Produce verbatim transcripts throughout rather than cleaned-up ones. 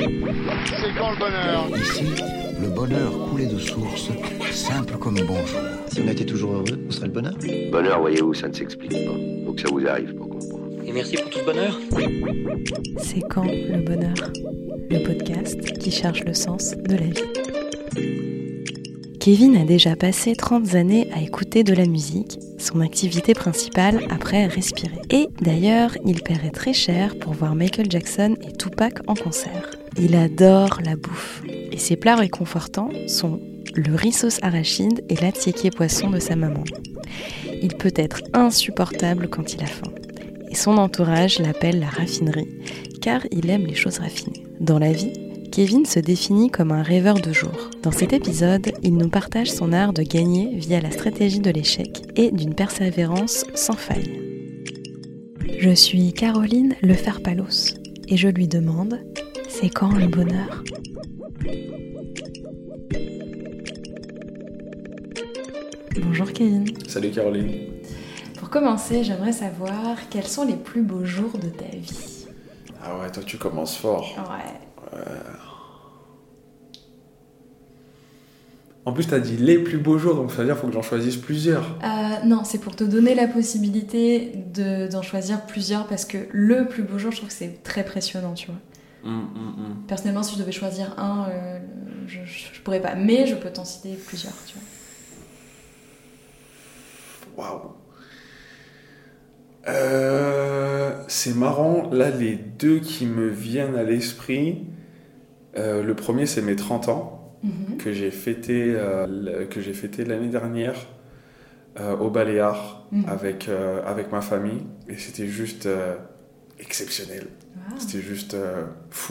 C'est quand le bonheur? Ici, le bonheur coulait de source, simple comme bonjour. Si on était toujours heureux, où serait le bonheur? Bonheur, voyez-vous, ça ne s'explique pas. Faut que ça vous arrive pour comprendre. Et merci pour tout ce bonheur. C'est quand le bonheur? Le podcast qui cherche le sens de la vie. Kevin a déjà passé trente années à écouter de la musique, son activité principale après respirer. Et d'ailleurs, il paierait très cher pour voir Michael Jackson et Tupac en concert. Il adore la bouffe. Et ses plats réconfortants sont le riz sauce arachide et l'atsiéké poisson de sa maman. Il peut être insupportable quand il a faim. Et son entourage l'appelle la raffinerie, car il aime les choses raffinées. Dans la vie, Kevin se définit comme un rêveur de jour. Dans cet épisode, il nous partage son art de gagner via la stratégie de l'échec et d'une persévérance sans faille. Je suis Caroline Leferpalos et je lui demande « C'est quand le bonheur ?» Bonjour Kevin. Salut Caroline. Pour commencer, j'aimerais savoir quels sont les plus beaux jours de ta vie. Ah ouais, toi tu commences fort. Ouais. Ouais. En plus, t'as dit les plus beaux jours, donc ça veut dire qu'il faut que j'en choisisse plusieurs. Euh, non, c'est pour te donner la possibilité de, d'en choisir plusieurs parce que le plus beau jour, je trouve que c'est très précieux, tu vois. Hum, hum, hum. Personnellement, si je devais choisir un, euh, je, je, je pourrais pas, mais je peux t'en citer plusieurs, tu vois. Waouh. Euh, c'est marrant, là, les deux qui me viennent à l'esprit, euh, le premier, c'est mes trente ans. Mm-hmm. que j'ai fêté euh, que j'ai fêté l'année dernière euh, au Baléares mm-hmm. avec euh, avec ma famille et c'était juste euh, exceptionnel. Wow. C'était juste euh, fou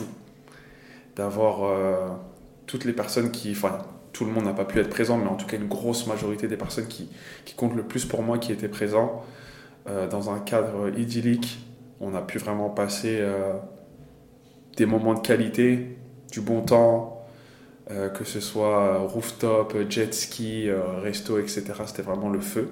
d'avoir euh, toutes les personnes qui, enfin tout le monde n'a pas pu être présent, mais en tout cas une grosse majorité des personnes qui qui comptent le plus pour moi qui étaient présents euh, dans un cadre idyllique. On a pu vraiment passer euh, des moments de qualité, du bon temps. Euh, que ce soit rooftop, jet ski, euh, resto, et cetera. C'était vraiment le feu.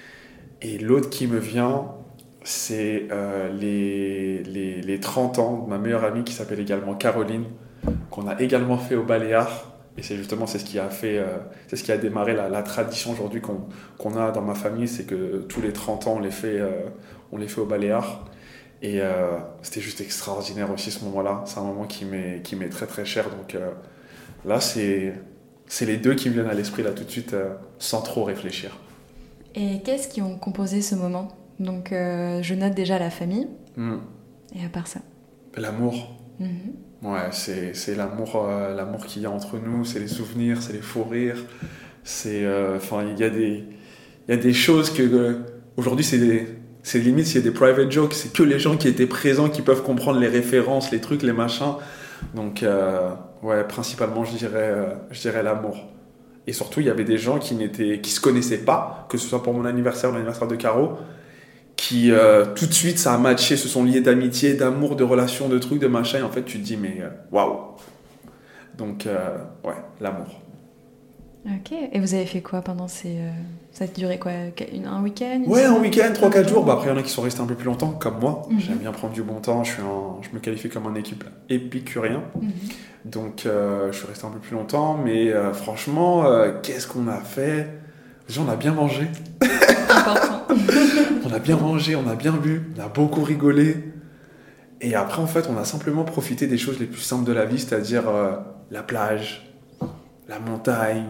Et l'autre qui me vient, c'est euh, les, les, les trente ans de ma meilleure amie qui s'appelle également Caroline, qu'on a également fait au Baléares. Et c'est justement c'est ce qui a, fait, euh, c'est ce qui a démarré la, la tradition aujourd'hui qu'on, qu'on a dans ma famille, c'est que tous les trente ans, on les fait, euh, on les fait au Baléares. Et euh, c'était juste extraordinaire aussi ce moment-là. C'est un moment qui m'est, qui m'est très très cher. Donc, euh, Là, c'est, c'est les deux qui me viennent à l'esprit, là, tout de suite, euh, sans trop réfléchir. Et qu'est-ce qui ont composé ce moment? Donc, euh, je note déjà la famille. Mm. Et à part ça? L'amour. Mm-hmm. Ouais, c'est, c'est l'amour, euh, l'amour qu'il y a entre nous, c'est les souvenirs, c'est les faux rires. C'est, enfin, euh, il y a des, il y a des choses que, euh, aujourd'hui, c'est des, c'est limite, s'il y a des private jokes, c'est que les gens qui étaient présents qui peuvent comprendre les références, les trucs, les machins. Donc, euh, ouais, principalement, je dirais, euh, je dirais l'amour. Et surtout, il y avait des gens qui n'étaient, qui se connaissaient pas, que ce soit pour mon anniversaire ou l'anniversaire de Caro, qui, euh, tout de suite, ça a matché, se sont liés d'amitié, d'amour, de relations, de trucs, de machin. Et en fait, tu te dis, mais waouh! Wow. Donc, euh, ouais, l'amour. Ok. Et vous avez fait quoi pendant ces... Euh... Ça a duré quoi? Un week-end? Ouais, un week-end, trois quatre jours. Bah, après, il y en a qui sont restés un peu plus longtemps, comme moi. Mm-hmm. J'aime bien prendre du bon temps. Je, suis un... je me qualifie comme un équipe épicurien. Mm-hmm. Donc, euh, je suis resté un peu plus longtemps. Mais euh, franchement, euh, qu'est-ce qu'on a fait? Déjà, on a bien mangé. Important. On a bien mangé, on a bien bu, on a beaucoup rigolé. Et après, en fait, on a simplement profité des choses les plus simples de la vie, c'est-à-dire euh, la plage, la montagne...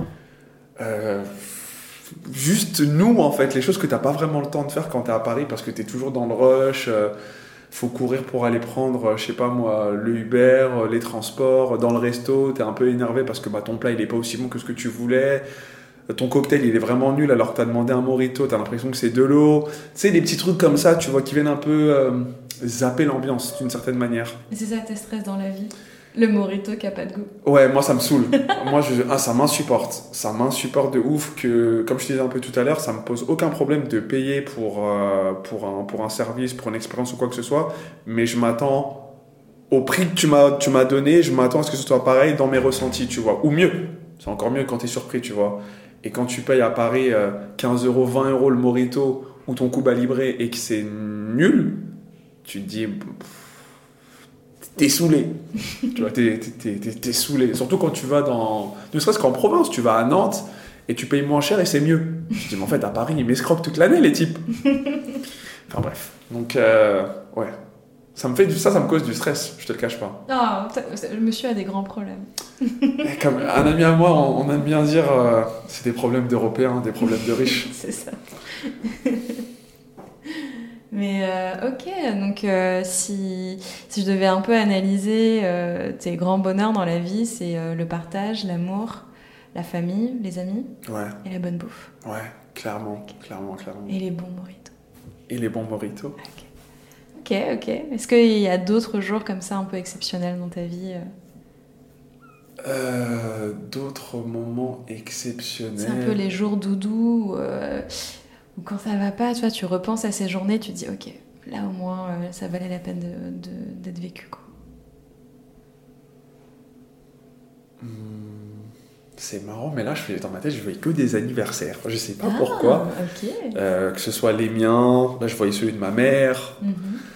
Euh, juste nous en fait, les choses que t'as pas vraiment le temps de faire quand t'es à Paris parce que t'es toujours dans le rush, euh, faut courir pour aller prendre, je sais pas moi, le Uber, les transports, dans le resto, t'es un peu énervé parce que bah, ton plat il est pas aussi bon que ce que tu voulais, ton cocktail il est vraiment nul alors que t'as demandé un mojito, t'as l'impression que c'est de l'eau, tu sais des petits trucs comme ça tu vois qui viennent un peu euh, zapper l'ambiance d'une certaine manière. Et c'est ça tes stress dans la vie? Le mojito qui a pas de goût. Ouais, moi ça me saoule. moi je, ah, ça m'insupporte. Ça m'insupporte de ouf que, comme je te disais un peu tout à l'heure, ça me pose aucun problème de payer pour, euh, pour, un, pour un service, pour une expérience ou quoi que ce soit. Mais je m'attends au prix que tu m'as, tu m'as donné, je m'attends à ce que ce soit pareil dans mes ressentis, tu vois. Ou mieux. C'est encore mieux quand t'es surpris, tu vois. Et quand tu payes à Paris euh, quinze euros, vingt euros le mojito ou ton Cuba Libre et que c'est nul, tu te dis... Pff, t'es saoulé. Tu vois, t'es, t'es, t'es, t'es saoulé. Surtout quand tu vas dans... Ne serait-ce qu'en province, tu vas à Nantes et tu payes moins cher et c'est mieux. Je dis, mais en fait, à Paris, ils m'escroquent toute l'année, les types. Enfin bref. Donc, euh, ouais. Ça me fait du... ça, ça me cause du stress, je te le cache pas. Ah, le monsieur a des grands problèmes. Comme un ami à moi, on, on aime bien dire, euh, c'est des problèmes d'Européens, des problèmes de riches. C'est ça. Mais euh, ok, donc euh, si, si je devais un peu analyser euh, tes grands bonheurs dans la vie, c'est euh, le partage, l'amour, la famille, les amis Ouais. et la bonne bouffe. Ouais, clairement, clairement, clairement. Et les bons mojitos. Et les bons mojitos. Ok, ok. ok. Est-ce qu'il y a d'autres jours comme ça un peu exceptionnels dans ta vie euh euh, D'autres moments exceptionnels. C'est un peu les jours doudou où, euh, où quand ça va pas, tu vois, tu repenses à ces journées, tu te dis ok, là au moins euh, ça valait la peine de, de, d'être vécu, quoi. Hum, c'est marrant, mais là, je fais, dans ma tête, je voyais que des anniversaires. Je sais pas Ah, pourquoi. Ok. Euh, que ce soit les miens, là, je voyais celui de ma mère. Mhm.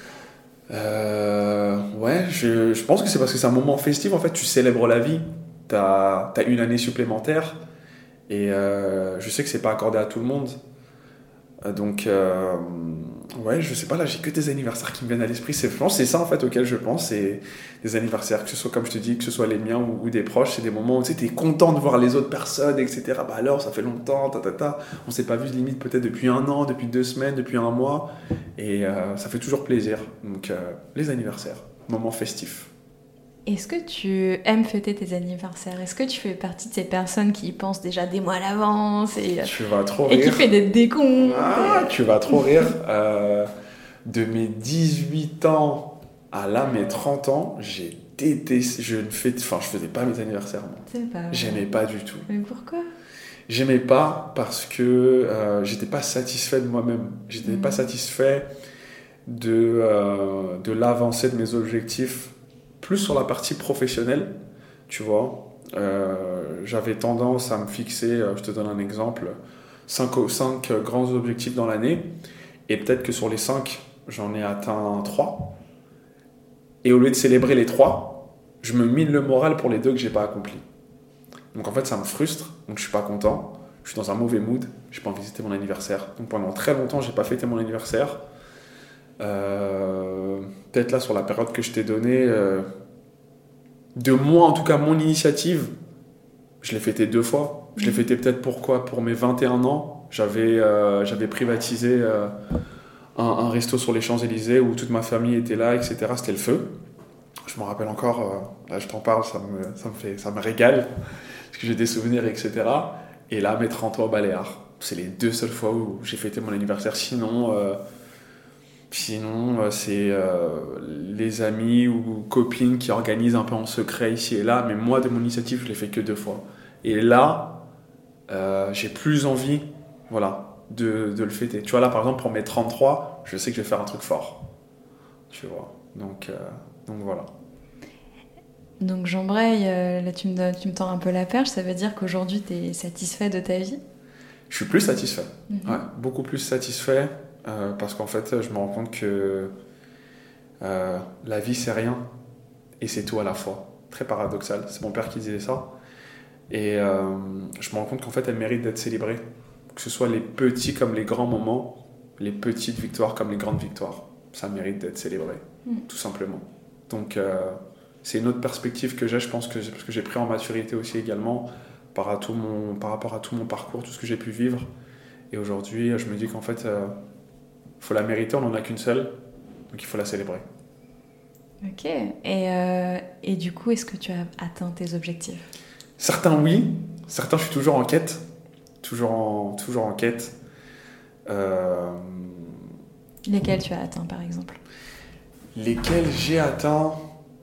Euh, ouais, je, je pense que c'est parce que c'est un moment festif, en fait, tu célèbres la vie. T'as, t'as une année supplémentaire. Et euh, je sais que c'est pas accordé à tout le monde. Euh, donc, euh, ouais, je sais pas, là, j'ai que des anniversaires qui me viennent à l'esprit. C'est, je pense que c'est ça, en fait, auquel je pense. C'est des anniversaires, que ce soit, comme je te dis, que ce soit les miens ou, ou des proches. C'est des moments où tu sais, t'es content de voir les autres personnes, et cetera. Bah alors, ça fait longtemps, ta, ta, ta. On s'est pas vu, limite, peut-être depuis un an, depuis deux semaines, depuis un mois. Et euh, ça fait toujours plaisir. Donc, euh, les anniversaires, moments festifs. Est-ce que tu aimes fêter tes anniversaires ? Est-ce que tu fais partie de ces personnes qui y pensent déjà des mois à l'avance et, Tu vas trop et rire. qui fait des décomptes ? Ah, tu vas trop rire. Euh, de mes dix-huit ans à là, mes trente ans, j'ai détesté. Je ne fais, enfin, je faisais pas mes anniversaires. Moi. C'est pas vrai. J'aimais pas du tout. Mais pourquoi ? J'aimais pas parce que euh, j'étais pas satisfait de moi-même. J'étais Mmh. pas satisfait de, euh, de l'avancée de mes objectifs, plus sur la partie professionnelle, tu vois. Euh, j'avais tendance à me fixer, euh, je te donne un exemple, cinq grands objectifs dans l'année, et peut-être que sur les cinq, j'en ai atteint trois. Et au lieu de célébrer les trois, je me mine le moral pour les deux que j'ai pas accomplis. Donc en fait, ça me frustre, donc je suis pas content, je suis dans un mauvais mood, j'ai pas envie de fêter mon anniversaire. Donc pendant très longtemps, j'ai pas fêté mon anniversaire. Euh, peut-être là, sur la période que je t'ai donnée, euh, de moi, en tout cas, mon initiative, je l'ai fêté deux fois. Je l'ai fêté peut-être pourquoi ? Pour mes vingt et un ans, j'avais, euh, j'avais privatisé euh, un, un resto sur les Champs-Élysées où toute ma famille était là, et cetera. C'était le feu. Je me rappelle encore, euh, là je t'en parle, ça me, ça me, fait, ça me régale, parce que j'ai des souvenirs, et cetera. Et là, mes trente ans au Baléares, c'est les deux seules fois où j'ai fêté mon anniversaire. Sinon, euh, sinon euh, c'est euh, les amis ou copines qui organisent un peu en secret ici et là, mais moi, de mon initiative, je l'ai fait que deux fois. Et là, euh, j'ai plus envie, voilà, de, de le fêter. Tu vois, là, par exemple, pour mes trente-trois, je sais que je vais faire un truc fort. Tu vois, donc, euh, donc voilà. Donc j'embraye, euh, là tu me, donnes- tu me tends un peu la perche, ça veut dire qu'aujourd'hui tu es satisfait de ta vie ? Je suis plus satisfait, Mhm. ouais, beaucoup plus satisfait, euh, parce qu'en fait, je me rends compte que euh, la vie, c'est rien, et c'est tout à la fois. Très paradoxal, c'est mon père qui disait ça. Et euh, je me rends compte qu'en fait, elle mérite d'être célébrée. Que ce soit les petits comme les grands moments, les petites victoires comme les grandes victoires. Ça mérite d'être célébré, Mm. tout simplement. Donc, euh, c'est une autre perspective que j'ai, je pense, que j'ai, parce que j'ai pris en maturité aussi également par, à tout mon, par rapport à tout mon parcours, tout ce que j'ai pu vivre. Et aujourd'hui, je me dis qu'en fait, il euh, faut la mériter, on n'en a qu'une seule, donc il faut la célébrer. Ok, et, euh, et du coup, est-ce que tu as atteint tes objectifs ? Certains, oui. Certains, je suis toujours en quête. Toujours en, toujours en quête. Euh, Lesquels tu as atteint, par exemple ? lesquels j'ai atteint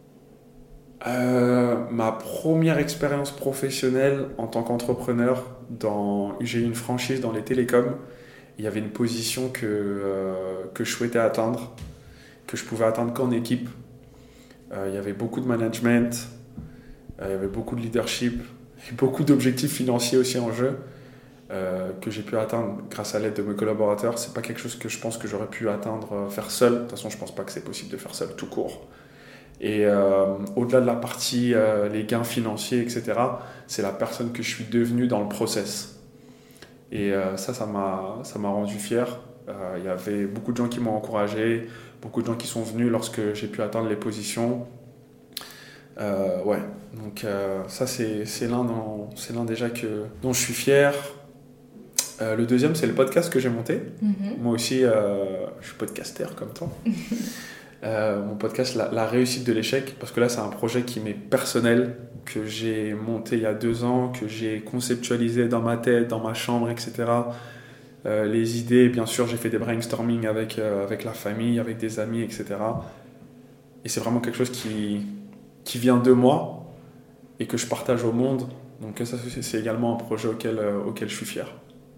euh, ma première expérience professionnelle en tant qu'entrepreneur. Dans, j'ai eu une franchise dans les télécoms. Il y avait une position que, euh, que je souhaitais atteindre, que je pouvais atteindre qu'en équipe. Euh, il y avait beaucoup de management, euh, il y avait beaucoup de leadership, et beaucoup d'objectifs financiers aussi en jeu, euh, que j'ai pu atteindre grâce à l'aide de mes collaborateurs. C'est pas quelque chose que je pense que j'aurais pu atteindre, euh, faire seul. De toute façon, je pense pas que c'est possible de faire seul, tout court. Et euh, au-delà de la partie, euh, les gains financiers, et cetera, c'est la personne que je suis devenu dans le process. Et euh, ça, ça m'a, ça m'a rendu fier. Il euh, y avait beaucoup de gens qui m'ont encouragé, beaucoup de gens qui sont venus lorsque j'ai pu atteindre les positions. Euh, ouais, donc euh, ça, c'est, c'est, l'un dont, c'est l'un déjà que, dont je suis fier. Euh, le deuxième, c'est le podcast que j'ai monté. Mm-hmm. Moi aussi, euh, je suis podcasteur comme toi. Euh, mon podcast la, la réussite de l'échec, parce que là c'est un projet qui m'est personnel, que j'ai monté il y a deux ans, que j'ai conceptualisé dans ma tête, dans ma chambre, et cetera. Euh, les idées, bien sûr, j'ai fait des brainstorming avec, euh, avec la famille, avec des amis, et cetera. Et c'est vraiment quelque chose qui, qui vient de moi et que je partage au monde. Donc ça, c'est également un projet auquel, euh, auquel je suis fier.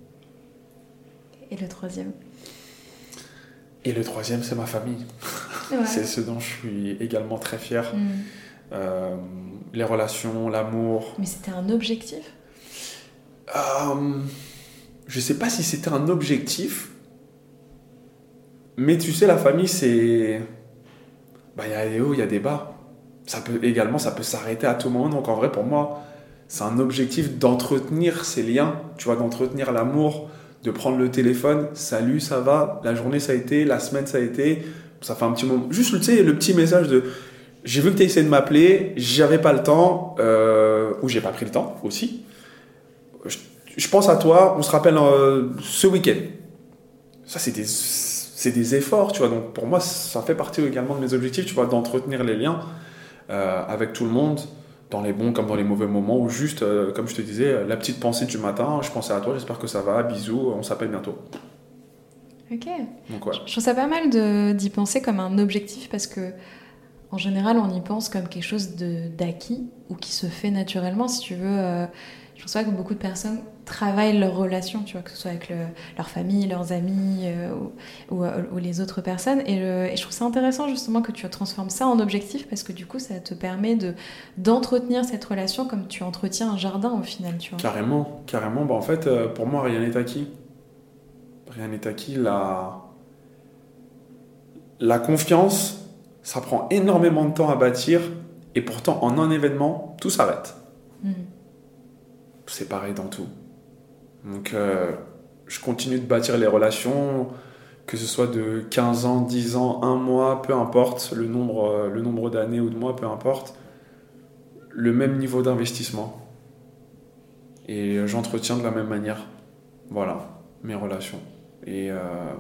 Et le troisième ? Et le troisième, c'est ma famille. Ouais. C'est ce dont je suis également très fier. Mmh. Euh, les relations, l'amour. Mais c'était un objectif ? euh, Je ne sais pas si c'était un objectif. Mais tu sais, la famille, c'est... Bah, y a des hauts, il y a des bas. Ça peut, également, ça peut s'arrêter à tout moment. Donc en vrai, pour moi, c'est un objectif d'entretenir ces liens. Tu vois, d'entretenir l'amour, de prendre le téléphone. Salut, ça va ? La journée, ça a été. La semaine, ça a été. Ça fait un petit moment. Juste, tu sais, le petit message de j'ai vu que tu as essayé de m'appeler, j'avais pas le temps, euh, ou j'ai pas pris le temps aussi. Je, je pense à toi, on se rappelle euh, ce week-end. Ça, c'est des, c'est des efforts, tu vois. Donc, pour moi, ça fait partie également de mes objectifs, tu vois, d'entretenir les liens euh, avec tout le monde, dans les bons comme dans les mauvais moments, ou juste, euh, comme je te disais, la petite pensée du matin, je pensais à toi, j'espère que ça va, bisous, on s'appelle bientôt. Ok. Donc, ouais. Je trouve ça pas mal de, d'y penser comme un objectif parce que en général, on y pense comme quelque chose de, d'acquis ou qui se fait naturellement. Si tu veux, euh, je pense pas que beaucoup de personnes travaillent leurs relations, tu vois, que ce soit avec le, leur famille, leurs amis euh, ou, ou, ou les autres personnes. Et, le, et je trouve ça intéressant justement que tu transformes ça en objectif parce que du coup, ça te permet de, d'entretenir cette relation comme tu entretiens un jardin au final, tu vois. Carrément, carrément. Bah, en fait, euh, pour moi, rien n'est acquis. Rien n'est acquis. La, la confiance, ça prend énormément de temps à bâtir et pourtant, en un événement, tout s'arrête. Mmh. C'est pareil dans tout. Donc, euh, je continue de bâtir les relations, que ce soit de quinze ans, dix ans, un mois, peu importe, le nombre, euh, le nombre d'années ou de mois, peu importe, le même niveau d'investissement. Et j'entretiens de la même manière. Voilà, mes relations. Et euh,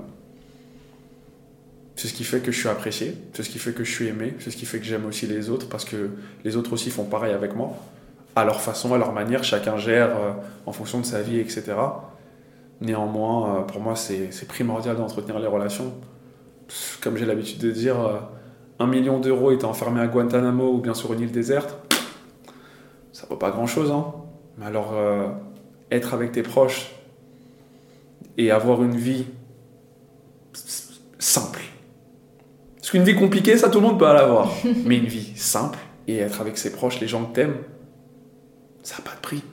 c'est ce qui fait que je suis apprécié, c'est ce qui fait que je suis aimé, c'est ce qui fait que j'aime aussi les autres, parce que les autres aussi font pareil avec moi, à leur façon, à leur manière, chacun gère euh, en fonction de sa vie, et cetera. Néanmoins, euh, pour moi, c'est, c'est primordial d'entretenir les relations. Comme j'ai l'habitude de dire, euh, un million d'euros étant enfermé à Guantanamo ou bien sur une île déserte, ça vaut pas grand-chose, hein. Mais alors, euh, être avec tes proches et avoir une vie simple. Parce qu'une vie compliquée, ça, tout le monde peut l'avoir. Mais une vie simple et être avec ses proches, les gens que t'aimes, ça n'a pas de prix.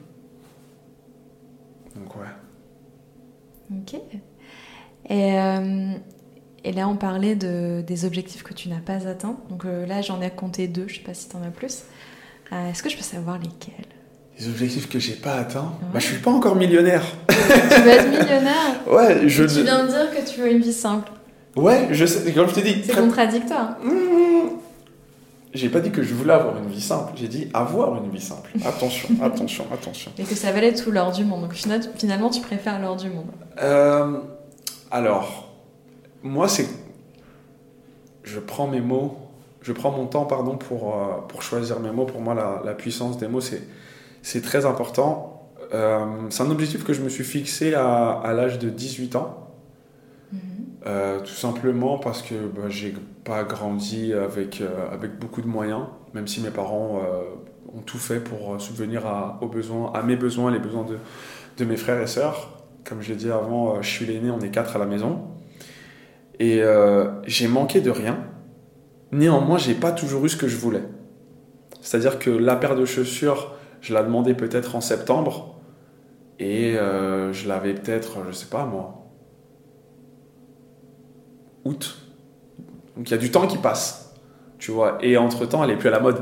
Donc, ouais. Ok. Et, euh, et là, on parlait de, des objectifs que tu n'as pas atteints. Donc euh, là, j'en ai compté deux. Je ne sais pas si tu en as plus. Euh, est-ce que je peux savoir lesquels ? Les objectifs que j'ai pas atteints, ouais. Bah, je suis pas encore millionnaire. Tu veux être millionnaire ? Ouais, je. Et tu viens de dire que tu veux une vie simple. Ouais, je sais. Comme je te dis. C'est très... contradictoire. Mmh. J'ai pas dit que je voulais avoir une vie simple. J'ai dit avoir une vie simple. Attention, attention, attention. Et que ça valait tout l'or du monde. Donc finalement, tu préfères l'or du monde. Euh, alors, moi, c'est. Je prends mes mots. Je prends mon temps, pardon, pour euh, pour choisir mes mots. Pour moi, la, la puissance des mots, c'est. C'est très important. Euh, c'est un objectif que je me suis fixé à, à l'âge de dix-huit ans. Mmh. Euh, tout simplement parce que bah, j'ai pas grandi avec, euh, avec beaucoup de moyens, même si mes parents euh, ont tout fait pour subvenir à, aux besoins, à mes besoins, les besoins de, de mes frères et sœurs. Comme je l'ai dit avant, euh, je suis l'aîné, on est quatre à la maison. Et euh, j'ai manqué de rien. Néanmoins, j'ai pas toujours eu ce que je voulais. C'est-à-dire que la paire de chaussures, je la demandais peut-être en septembre et euh, je l'avais peut-être, je sais pas moi, août. Donc il y a du temps qui passe. tu vois. Et entre-temps, elle est plus à la mode.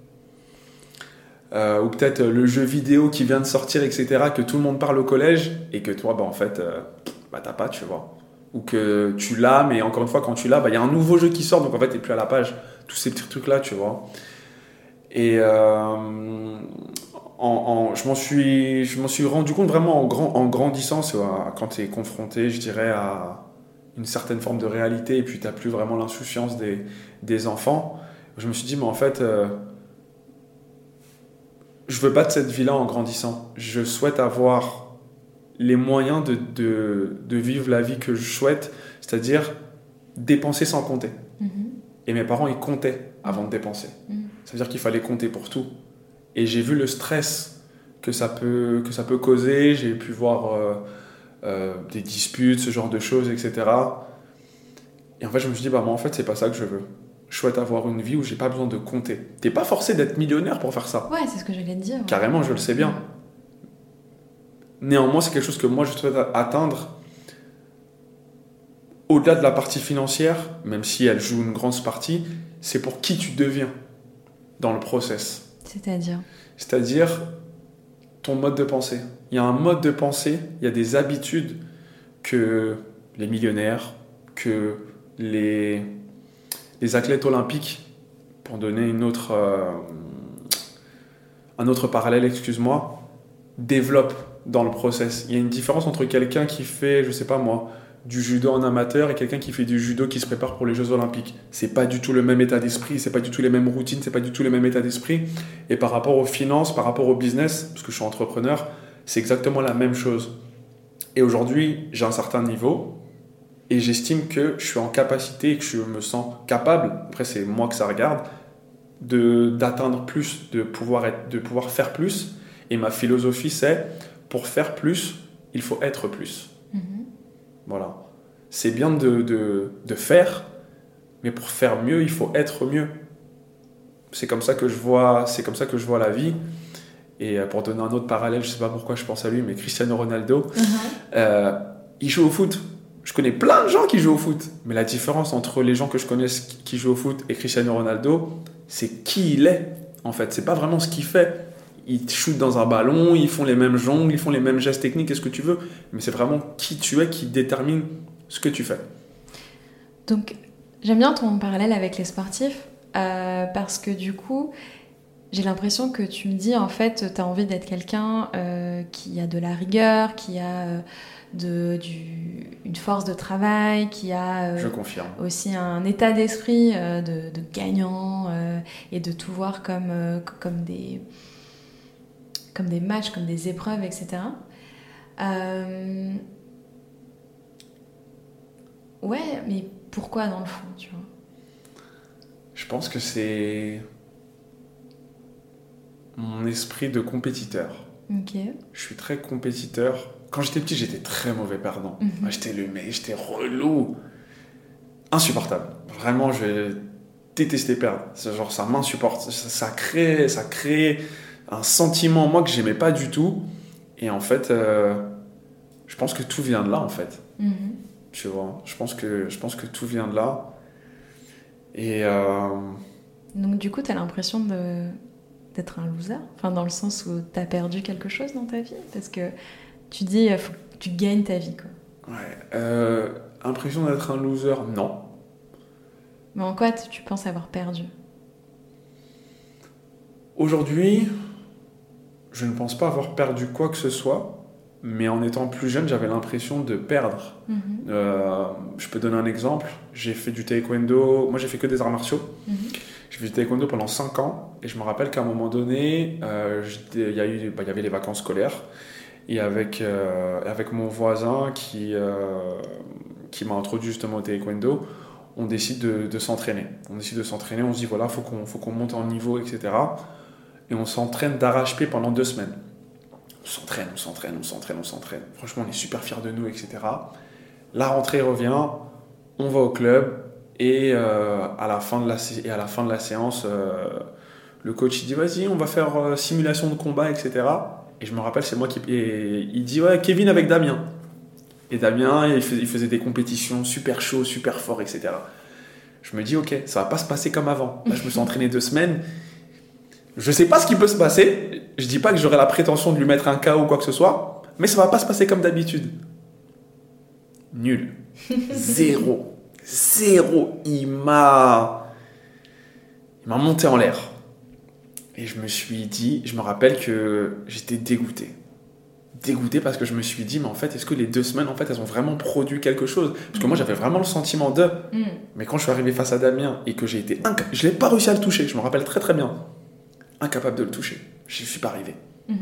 Euh, ou peut-être le jeu vidéo qui vient de sortir, et cetera, que tout le monde parle au collège, et que toi, bah, en fait, euh, bah, t'as pas, tu vois. Ou que tu l'as, mais encore une fois, quand tu l'as, bah, y a un nouveau jeu qui sort, donc en fait, t'es plus à la page. Tous ces petits trucs-là, tu vois. Et euh, en, en, je, m'en suis, je m'en suis rendu compte vraiment en, grand, en grandissant, c'est, euh, quand t'es confronté, je dirais, à une certaine forme de réalité, et puis t'as plus vraiment l'insouciance des, des enfants. Je me suis dit, mais en fait... Euh, je veux pas de cette vie-là en grandissant. Je souhaite avoir les moyens de, de, de vivre la vie que je souhaite, c'est-à-dire dépenser sans compter. Mm-hmm. Et mes parents, ils comptaient avant de dépenser. Mm-hmm. Ça veut dire qu'il fallait compter pour tout. Et j'ai vu le stress que ça peut, que ça peut causer. J'ai pu voir euh, euh, des disputes, ce genre de choses, et cetera. Et en fait, je me suis dit, bah, moi, en fait, c'est pas ça que je veux. Je souhaite avoir une vie où j'ai pas besoin de compter. T'es pas forcé d'être millionnaire pour faire ça. Ouais, c'est ce que j'allais te dire. Ouais. Carrément, je le sais bien. Néanmoins, c'est quelque chose que moi, je souhaite atteindre au-delà de la partie financière, même si elle joue une grande partie, c'est pour qui tu deviens dans le process. C'est-à-dire ? C'est-à-dire ton mode de pensée. Il y a un mode de pensée, il y a des habitudes que les millionnaires, que les... les athlètes olympiques, pour donner une autre, euh, un autre parallèle, excuse-moi, développent dans le process. Il y a une différence entre quelqu'un qui fait, je sais pas moi, du judo en amateur et quelqu'un qui fait du judo qui se prépare pour les Jeux Olympiques. C'est pas du tout le même état d'esprit, c'est pas du tout les mêmes routines, c'est pas du tout le même état d'esprit. Et par rapport aux finances, par rapport au business, parce que je suis entrepreneur, c'est exactement la même chose. Et aujourd'hui, j'ai un certain niveau. Et j'estime que je suis en capacité et que je me sens capable, après c'est moi que ça regarde, de, d'atteindre plus, de pouvoir, être, de pouvoir faire plus. Et ma philosophie c'est, pour faire plus, il faut être plus. Mm-hmm. Voilà. C'est bien de, de, de faire, mais pour faire mieux, il faut être mieux. C'est comme ça que je vois, c'est comme ça que je vois la vie. Et pour donner un autre parallèle, je ne sais pas pourquoi je pense à lui, mais Cristiano Ronaldo, mm-hmm. euh, il joue au foot. Je connais plein de gens qui jouent au foot, mais la différence entre les gens que je connais qui jouent au foot et Cristiano Ronaldo, c'est qui il est, en fait. C'est pas vraiment ce qu'il fait. Ils shootent dans un ballon, ils font les mêmes jongles, ils font les mêmes gestes techniques, qu'est-ce que tu veux, mais c'est vraiment qui tu es qui détermine ce que tu fais. Donc, j'aime bien ton parallèle avec les sportifs, euh, parce que du coup, j'ai l'impression que tu me dis, en fait, tu as envie d'être quelqu'un euh, qui a de la rigueur, qui a... Euh, De, du, une force de travail, qui a euh, Je confirme. aussi un état d'esprit euh, de, de gagnant euh, et de tout voir comme, euh, comme, des, comme des matchs, comme des épreuves, et cetera. Euh... Ouais, mais pourquoi dans le fond, tu vois ? Je pense que c'est mon esprit de compétiteur. Ok. Je suis très compétiteur. Quand j'étais petit, j'étais très mauvais perdant. Mm-hmm. J'étais le mec, j'étais relou. Insupportable. Vraiment, je détestais perdre. C'est genre, ça m'insupporte. Ça, ça, crée, ça crée un sentiment en moi que j'aimais pas du tout. Et en fait, euh, je pense que tout vient de là, en fait. Mm-hmm. Tu vois, je pense, que, je pense que tout vient de là. Et... Euh... Donc, du coup, t'as l'impression de, d'être un loser ? Enfin, dans le sens où t'as perdu quelque chose dans ta vie ? Parce que tu dis, il faut que tu gagnes ta vie, quoi. Ouais. Euh, impression d'être un loser, non. Mais en quoi tu penses avoir perdu ? Aujourd'hui, je ne pense pas avoir perdu quoi que ce soit, mais en étant plus jeune, j'avais l'impression de perdre. Mm-hmm. Euh, je peux donner un exemple. J'ai fait du taekwondo. Moi, j'ai fait que des arts martiaux. Mm-hmm. J'ai fait du taekwondo pendant cinq ans, et je me rappelle qu'à un moment donné, euh, il y a eu, bah, y avait les vacances scolaires. Et avec, euh, avec mon voisin qui, euh, qui m'a introduit justement au taekwondo, on décide de, de s'entraîner. On décide de s'entraîner, on se dit voilà, il faut qu'on, faut qu'on monte en niveau, et cetera. Et on s'entraîne d'arrache-pied pendant deux semaines. On s'entraîne, on s'entraîne, on s'entraîne, on s'entraîne. Franchement, on est super fiers de nous, et cetera. La rentrée revient, on va au club, et, euh, à, la fin de la, et à la fin de la séance, euh, le coach il dit vas-y, on va faire euh, simulation de combat, et cetera. Et je me rappelle, c'est moi qui... Et il dit, ouais, Kevin avec Damien. Et Damien, il faisait, il faisait des compétitions super chaud, super fort, et cetera. je me dis, ok, ça va pas se passer comme avant. Là, je me suis entraîné deux semaines. Je sais pas ce qui peut se passer. Je dis pas que j'aurai la prétention de lui mettre un K O ou quoi que ce soit, mais ça va pas se passer comme d'habitude. Nul. Zéro. Zéro. Il m'a... Il m'a monté en l'air. Et je me suis dit, je me rappelle que j'étais dégoûté. Dégoûté parce que je me suis dit, mais en fait, est-ce que les deux semaines, en fait, elles ont vraiment produit quelque chose ? Parce que moi, j'avais vraiment le sentiment de... Mm. Mais quand je suis arrivé face à Damien et que j'ai été... Inca... Je n'ai pas réussi à le toucher, je me rappelle très très bien. Incapable de le toucher. Je n'y suis pas arrivé. Mm-hmm.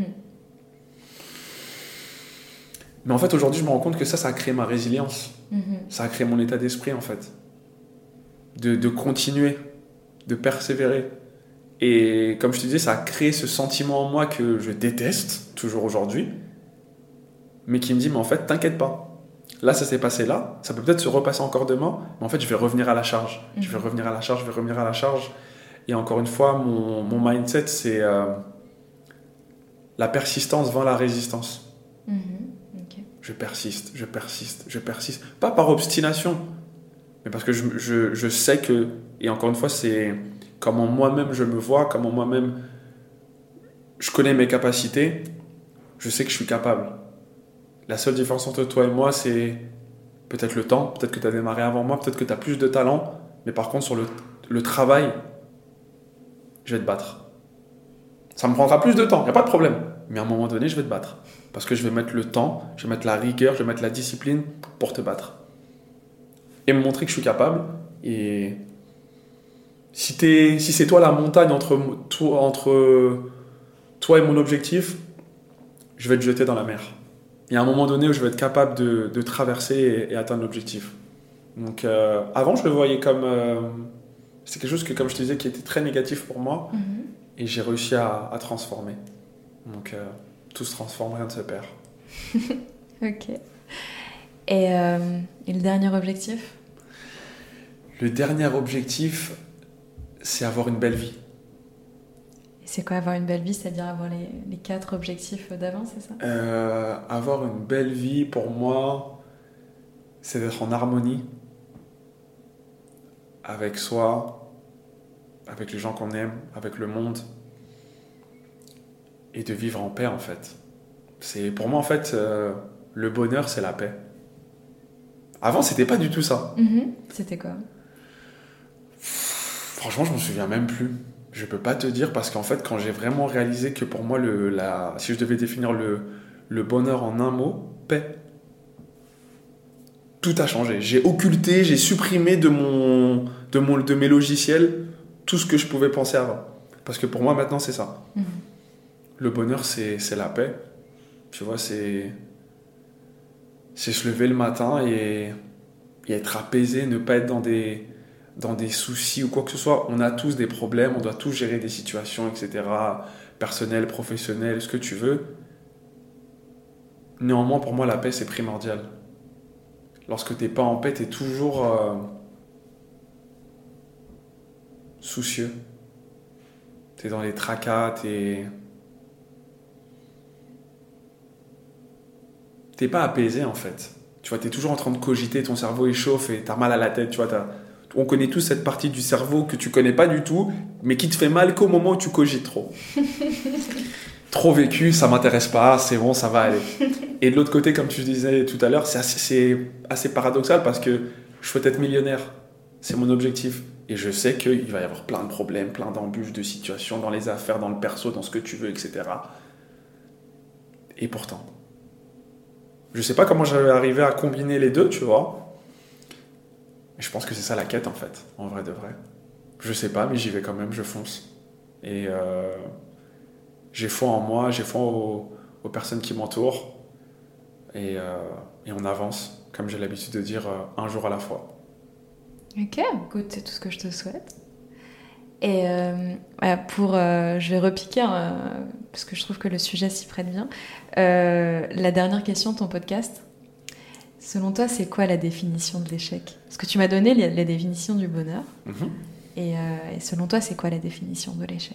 Mais en fait, aujourd'hui, je me rends compte que ça, ça a créé ma résilience. Mm-hmm. Ça a créé mon état d'esprit, en fait. De, de continuer, de persévérer. Et comme je te disais, ça a créé ce sentiment en moi que je déteste, toujours aujourd'hui, mais qui me dit, mais en fait, t'inquiète pas. Là, ça s'est passé là, ça peut peut-être se repasser encore demain, mais en fait, je vais revenir à la charge. Mm-hmm. Je vais revenir à la charge, je vais revenir à la charge. Et encore une fois, mon, mon mindset, c'est euh, la persistance vaincre la résistance. Mm-hmm. Okay. Je persiste, je persiste, je persiste. Pas par obstination, mais parce que je, je, je sais que, et encore une fois, c'est comment moi-même je me vois, comment moi-même je connais mes capacités, je sais que je suis capable. La seule différence entre toi et moi, c'est peut-être le temps, peut-être que tu as démarré avant moi, peut-être que tu as plus de talent, mais par contre, sur le, le travail, je vais te battre. Ça me prendra plus de temps, il n'y a pas de problème. Mais à un moment donné, je vais te battre. Parce que je vais mettre le temps, je vais mettre la rigueur, je vais mettre la discipline pour te battre. Et me montrer que je suis capable. Et si, t'es, si c'est toi la montagne entre toi, entre toi et mon objectif, je vais te jeter dans la mer. Il y a un moment donné où je vais être capable de, de traverser et, et atteindre l'objectif. Donc euh, avant, je le voyais comme... Euh, c'est quelque chose que, comme je te disais, qui était très négatif pour moi. Mm-hmm. Et j'ai réussi à, à transformer. Donc, euh, tout se transforme, rien ne se perd. Ok. Et, euh, et le dernier objectif ? Le dernier objectif, c'est avoir une belle vie. Et c'est quoi avoir une belle vie ? C'est-à-dire avoir les, les quatre objectifs d'avant, c'est ça ? euh, Avoir une belle vie, pour moi, c'est d'être en harmonie avec soi, avec les gens qu'on aime, avec le monde, et de vivre en paix, en fait. C'est, pour moi, en fait, euh, le bonheur, c'est la paix. Avant, c'était pas du tout ça. Mmh. C'était quoi ? Franchement, je m'en souviens même plus. Je peux pas te dire, parce qu'en fait, quand j'ai vraiment réalisé que pour moi, le, la, si je devais définir le, le bonheur en un mot, paix. Tout a changé. J'ai occulté, j'ai supprimé de, mon, de, mon, de mes logiciels tout ce que je pouvais penser avant. Parce que pour moi, maintenant, c'est ça. Mmh. Le bonheur, c'est, c'est la paix. Tu vois, c'est, c'est se lever le matin et, et être apaisé, ne pas être dans des, dans des soucis ou quoi que ce soit. On a tous des problèmes, on doit tous gérer des situations, et cetera. Personnelles, professionnelles, ce que tu veux. Néanmoins, pour moi, la paix, c'est primordial. Lorsque tu n'es pas en paix, tu es toujours euh, soucieux. Tu es dans les tracas, tu es... T'es pas apaisé, en fait. Tu vois, tu es toujours en train de cogiter, ton cerveau échauffe et tu as mal à la tête. Tu vois, t'as... On connaît tous cette partie du cerveau que tu connais pas du tout, mais qui te fait mal qu'au moment où tu cogites trop. Trop vécu, ça m'intéresse pas, c'est bon, ça va aller. Et de l'autre côté, comme tu disais tout à l'heure, c'est assez, c'est assez paradoxal parce que je souhaite être millionnaire. C'est mon objectif. Et je sais qu'il va y avoir plein de problèmes, plein d'embûches, de situations dans les affaires, dans le perso, dans ce que tu veux, et cetera. Et pourtant, je sais pas comment j'avais arrivé à combiner les deux, tu vois. Mais je pense que c'est ça la quête, en fait, en vrai de vrai. Je sais pas, mais j'y vais quand même, je fonce. Et... Euh... J'ai foi en moi, j'ai foi aux, aux personnes qui m'entourent et, euh, et on avance, comme j'ai l'habitude de dire, euh, un jour à la fois. Ok, écoute, c'est tout ce que je te souhaite. Et euh, pour, euh, je vais repiquer, euh, parce que je trouve que le sujet s'y prête bien. Euh, la dernière question de ton podcast, selon toi, c'est quoi la définition de l'échec ? Parce que tu m'as donné la, la définition du bonheur. Mm-hmm. Et, euh, et selon toi, c'est quoi la définition de l'échec ?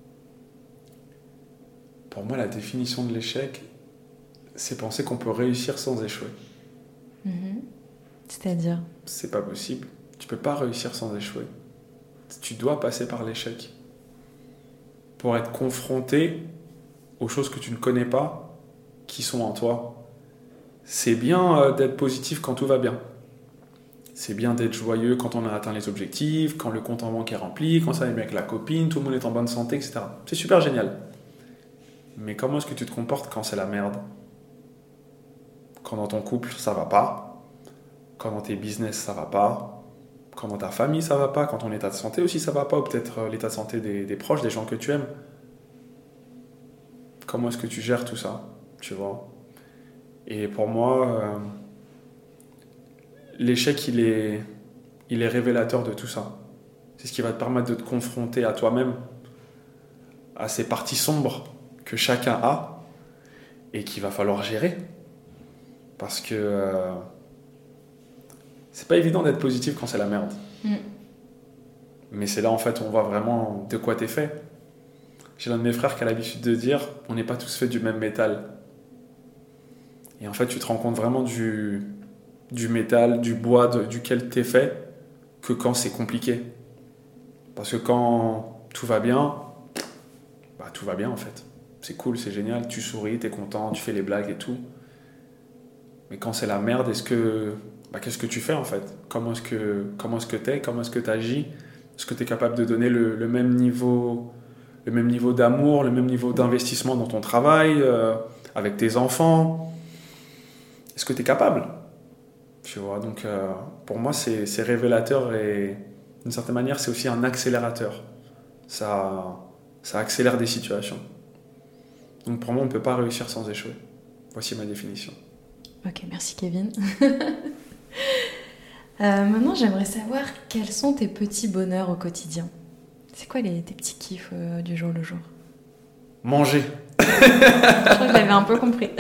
Pour moi, la définition de l'échec, c'est penser qu'on peut réussir sans échouer. Mmh. C'est-à-dire ? C'est pas possible. peux pas réussir sans échouer. Tu dois passer par l'échec pour être confronté aux choses que tu ne connais pas qui sont en toi. C'est bien euh, d'être positif quand tout va bien. C'est bien d'être joyeux quand on a atteint les objectifs, quand le compte en banque est rempli, quand ça va bien avec la copine, tout le monde est en bonne santé, et cetera. C'est super génial. Mais comment est-ce que tu te comportes quand c'est la merde ? Quand dans ton couple, ça va pas. Quand dans tes business, ça va pas. Quand dans ta famille, ça va pas. Quand ton état de santé aussi, ça va pas. Ou peut-être euh, l'état de santé des, des proches, des gens que tu aimes. Comment est-ce que tu gères tout ça ? Tu vois ? Et pour moi... Euh, l'échec, il est, il est révélateur de tout ça. C'est ce qui va te permettre de te confronter à toi-même, à ces parties sombres que chacun a et qu'il va falloir gérer. Parce que euh, c'est pas évident d'être positif quand c'est la merde. Mm. Mais c'est là, en fait, où on voit vraiment de quoi t'es fait. J'ai l'un de mes frères qui a l'habitude de dire « on n'est pas tous faits du même métal ». Et en fait, tu te rends compte vraiment du... du métal, du bois de, duquel t'es fait, que quand c'est compliqué. Parce que quand tout va bien, bah tout va bien en fait. C'est cool, c'est génial, tu souris, t'es content, tu fais les blagues et tout. Mais quand c'est la merde, est-ce que, bah, qu'est-ce que tu fais en fait ? Comment est-ce que, comment est-ce que t'es ? Comment est-ce que t'agis ? Est-ce que t'es capable de donner le, le même niveau, le même niveau d'amour, le même niveau d'investissement dans ton travail, euh, avec tes enfants ? Est-ce que t'es capable ? Tu vois, donc euh, pour moi c'est, c'est révélateur et d'une certaine manière c'est aussi un accélérateur. Ça, ça accélère des situations. Donc pour moi on ne peut pas réussir sans échouer. Voici ma définition. Ok, merci Kevin. euh, maintenant j'aimerais savoir quels sont tes petits bonheurs au quotidien. C'est quoi les, tes petits kiffs euh, du jour le jour ? Manger. Je crois que j'avais un peu compris.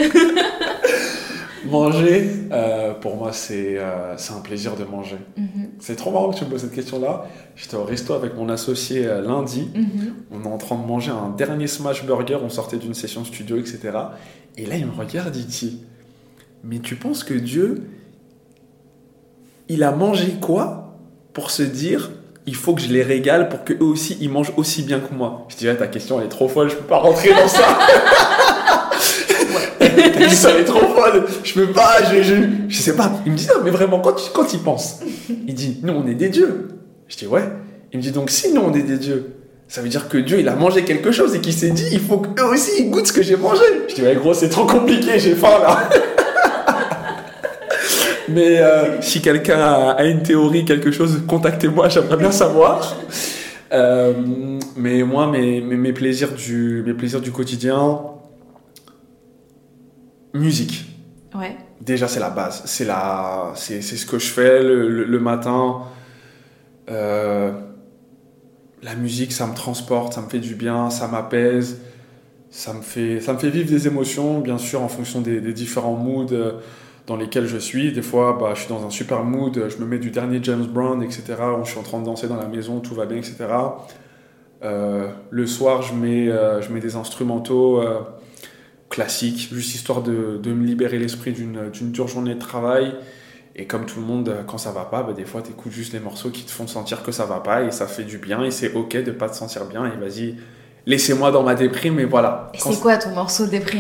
Manger, euh, pour moi, c'est, euh, c'est un plaisir de manger. Mm-hmm. C'est trop marrant que tu me poses cette question-là. J'étais au resto avec mon associé euh, lundi. Mm-hmm. On est en train de manger un dernier smash burger. On sortait d'une session studio, et cetera. Et là, il me regarde, il dit « Mais tu penses que Dieu, il a mangé quoi pour se dire « Il faut que je les régale pour qu'eux aussi, ils mangent aussi bien que moi ?» Je dis ah, « Ta question, elle est trop folle. Je peux pas rentrer dans ça. » T'as dit ça, elle est trop folle, je peux pas, je, je, je sais pas. Il me dit non, mais vraiment, quand, tu, quand il pense, il dit nous on est des dieux. Je dis ouais. Il me dit donc si nous on est des dieux, ça veut dire que Dieu il a mangé quelque chose et qu'il s'est dit il faut qu'eux aussi ils goûtent ce que j'ai mangé. Je dis ouais, gros, c'est trop compliqué, j'ai faim là. Mais euh, si quelqu'un a, a une théorie, quelque chose, contactez-moi, j'aimerais bien savoir. Euh, mais moi, mes, mes, mes, plaisirs du, mes plaisirs du quotidien. Musique. Ouais. Déjà, c'est la base. C'est, la... c'est, c'est ce que je fais le, le, le matin. Euh... La musique, ça me transporte, ça me fait du bien, ça m'apaise. Ça me fait, ça me fait vivre des émotions, bien sûr, en fonction des, des différents moods dans lesquels je suis. Des fois, bah, je suis dans un super mood, je me mets du dernier James Brown, et cetera. Je suis en train de danser dans la maison, tout va bien, et cetera. Euh, le soir, je mets, euh, je mets des instrumentaux... Euh, classique, juste histoire de, de me libérer l'esprit d'une, d'une dure journée de travail. Et comme tout le monde, quand ça va pas, bah des fois t'écoutes juste les morceaux qui te font sentir que ça va pas et ça fait du bien et c'est ok de pas te sentir bien et vas-y, laissez-moi dans ma déprime et voilà. Et quand c'est quoi ton morceau de déprime ?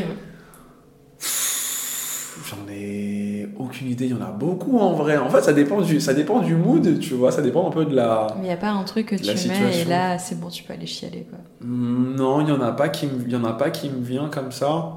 J'en ai aucune idée, il y en a beaucoup en vrai. En fait, ça dépend du, ça dépend du mood, tu vois, ça dépend un peu de la. Mais il n'y a pas un truc que tu mets situation. Et là, c'est bon, tu peux aller chialer quoi. Non, il n'y en a pas qui me, il y en a pas qui me vient comme ça.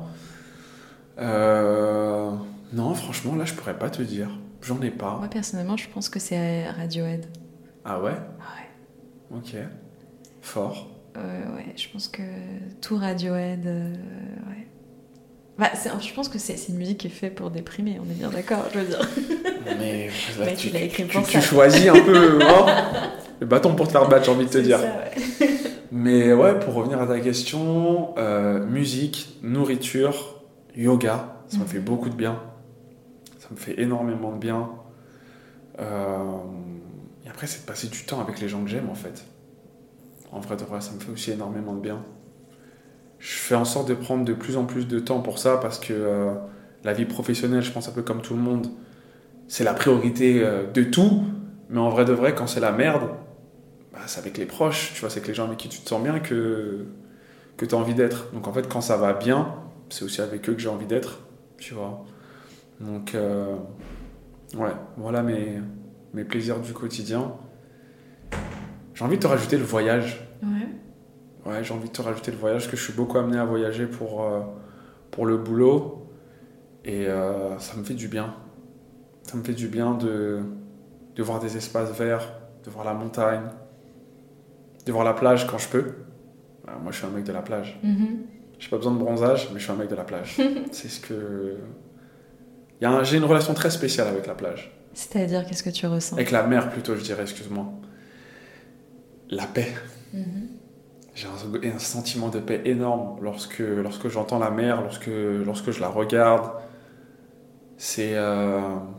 Euh... Non, franchement, là, je pourrais pas te dire. J'en ai pas. Moi, personnellement, je pense que c'est Radiohead. Ah ouais ? Ouais. Ok. Fort. Euh, ouais, je pense que tout Radiohead, euh, ouais. Bah, c'est, je pense que c'est, c'est une musique qui est faite pour déprimer, on est bien d'accord, je veux dire. Mais là, ouais, tu, tu l'as écrit tu, pour tu, ça. Tu choisis un peu hein, le bâton pour te faire battre, j'ai envie de te c'est dire. Ça, ouais. Mais ouais, pour revenir à ta question, euh, musique, nourriture, yoga, ça me mmh. fait beaucoup de bien. Ça me fait énormément de bien. Euh, et après, c'est de passer du temps avec les gens que j'aime, en fait. En vrai de vrai, ça me fait aussi énormément de bien. Je fais en sorte de prendre de plus en plus de temps pour ça parce que euh, la vie professionnelle, je pense un peu comme tout le monde, c'est la priorité euh, de tout. Mais en vrai de vrai, quand c'est la merde, bah, c'est avec les proches, tu vois, c'est avec les gens avec qui tu te sens bien que, que tu as envie d'être. Donc en fait, quand ça va bien, c'est aussi avec eux que j'ai envie d'être, tu vois. Donc, euh, ouais, voilà mes, mes plaisirs du quotidien. J'ai envie de te rajouter le voyage. Ouais. Ouais, j'ai envie de te rajouter le voyage, parce que je suis beaucoup amené à voyager pour, euh, pour le boulot. Et euh, ça me fait du bien. Ça me fait du bien de, de voir des espaces verts, de voir la montagne, de voir la plage quand je peux. Alors, moi, je suis un mec de la plage. Mm-hmm. J'ai pas besoin de bronzage, mais je suis un mec de la plage. C'est ce que... Il y a un... J'ai une relation très spéciale avec la plage. C'est-à-dire, qu'est-ce que tu ressens? Avec la mer, plutôt, je dirais, excuse-moi. La paix. Mm-hmm. J'ai un, un sentiment de paix énorme lorsque, lorsque j'entends la mer, lorsque, lorsque je la regarde. C'est euh,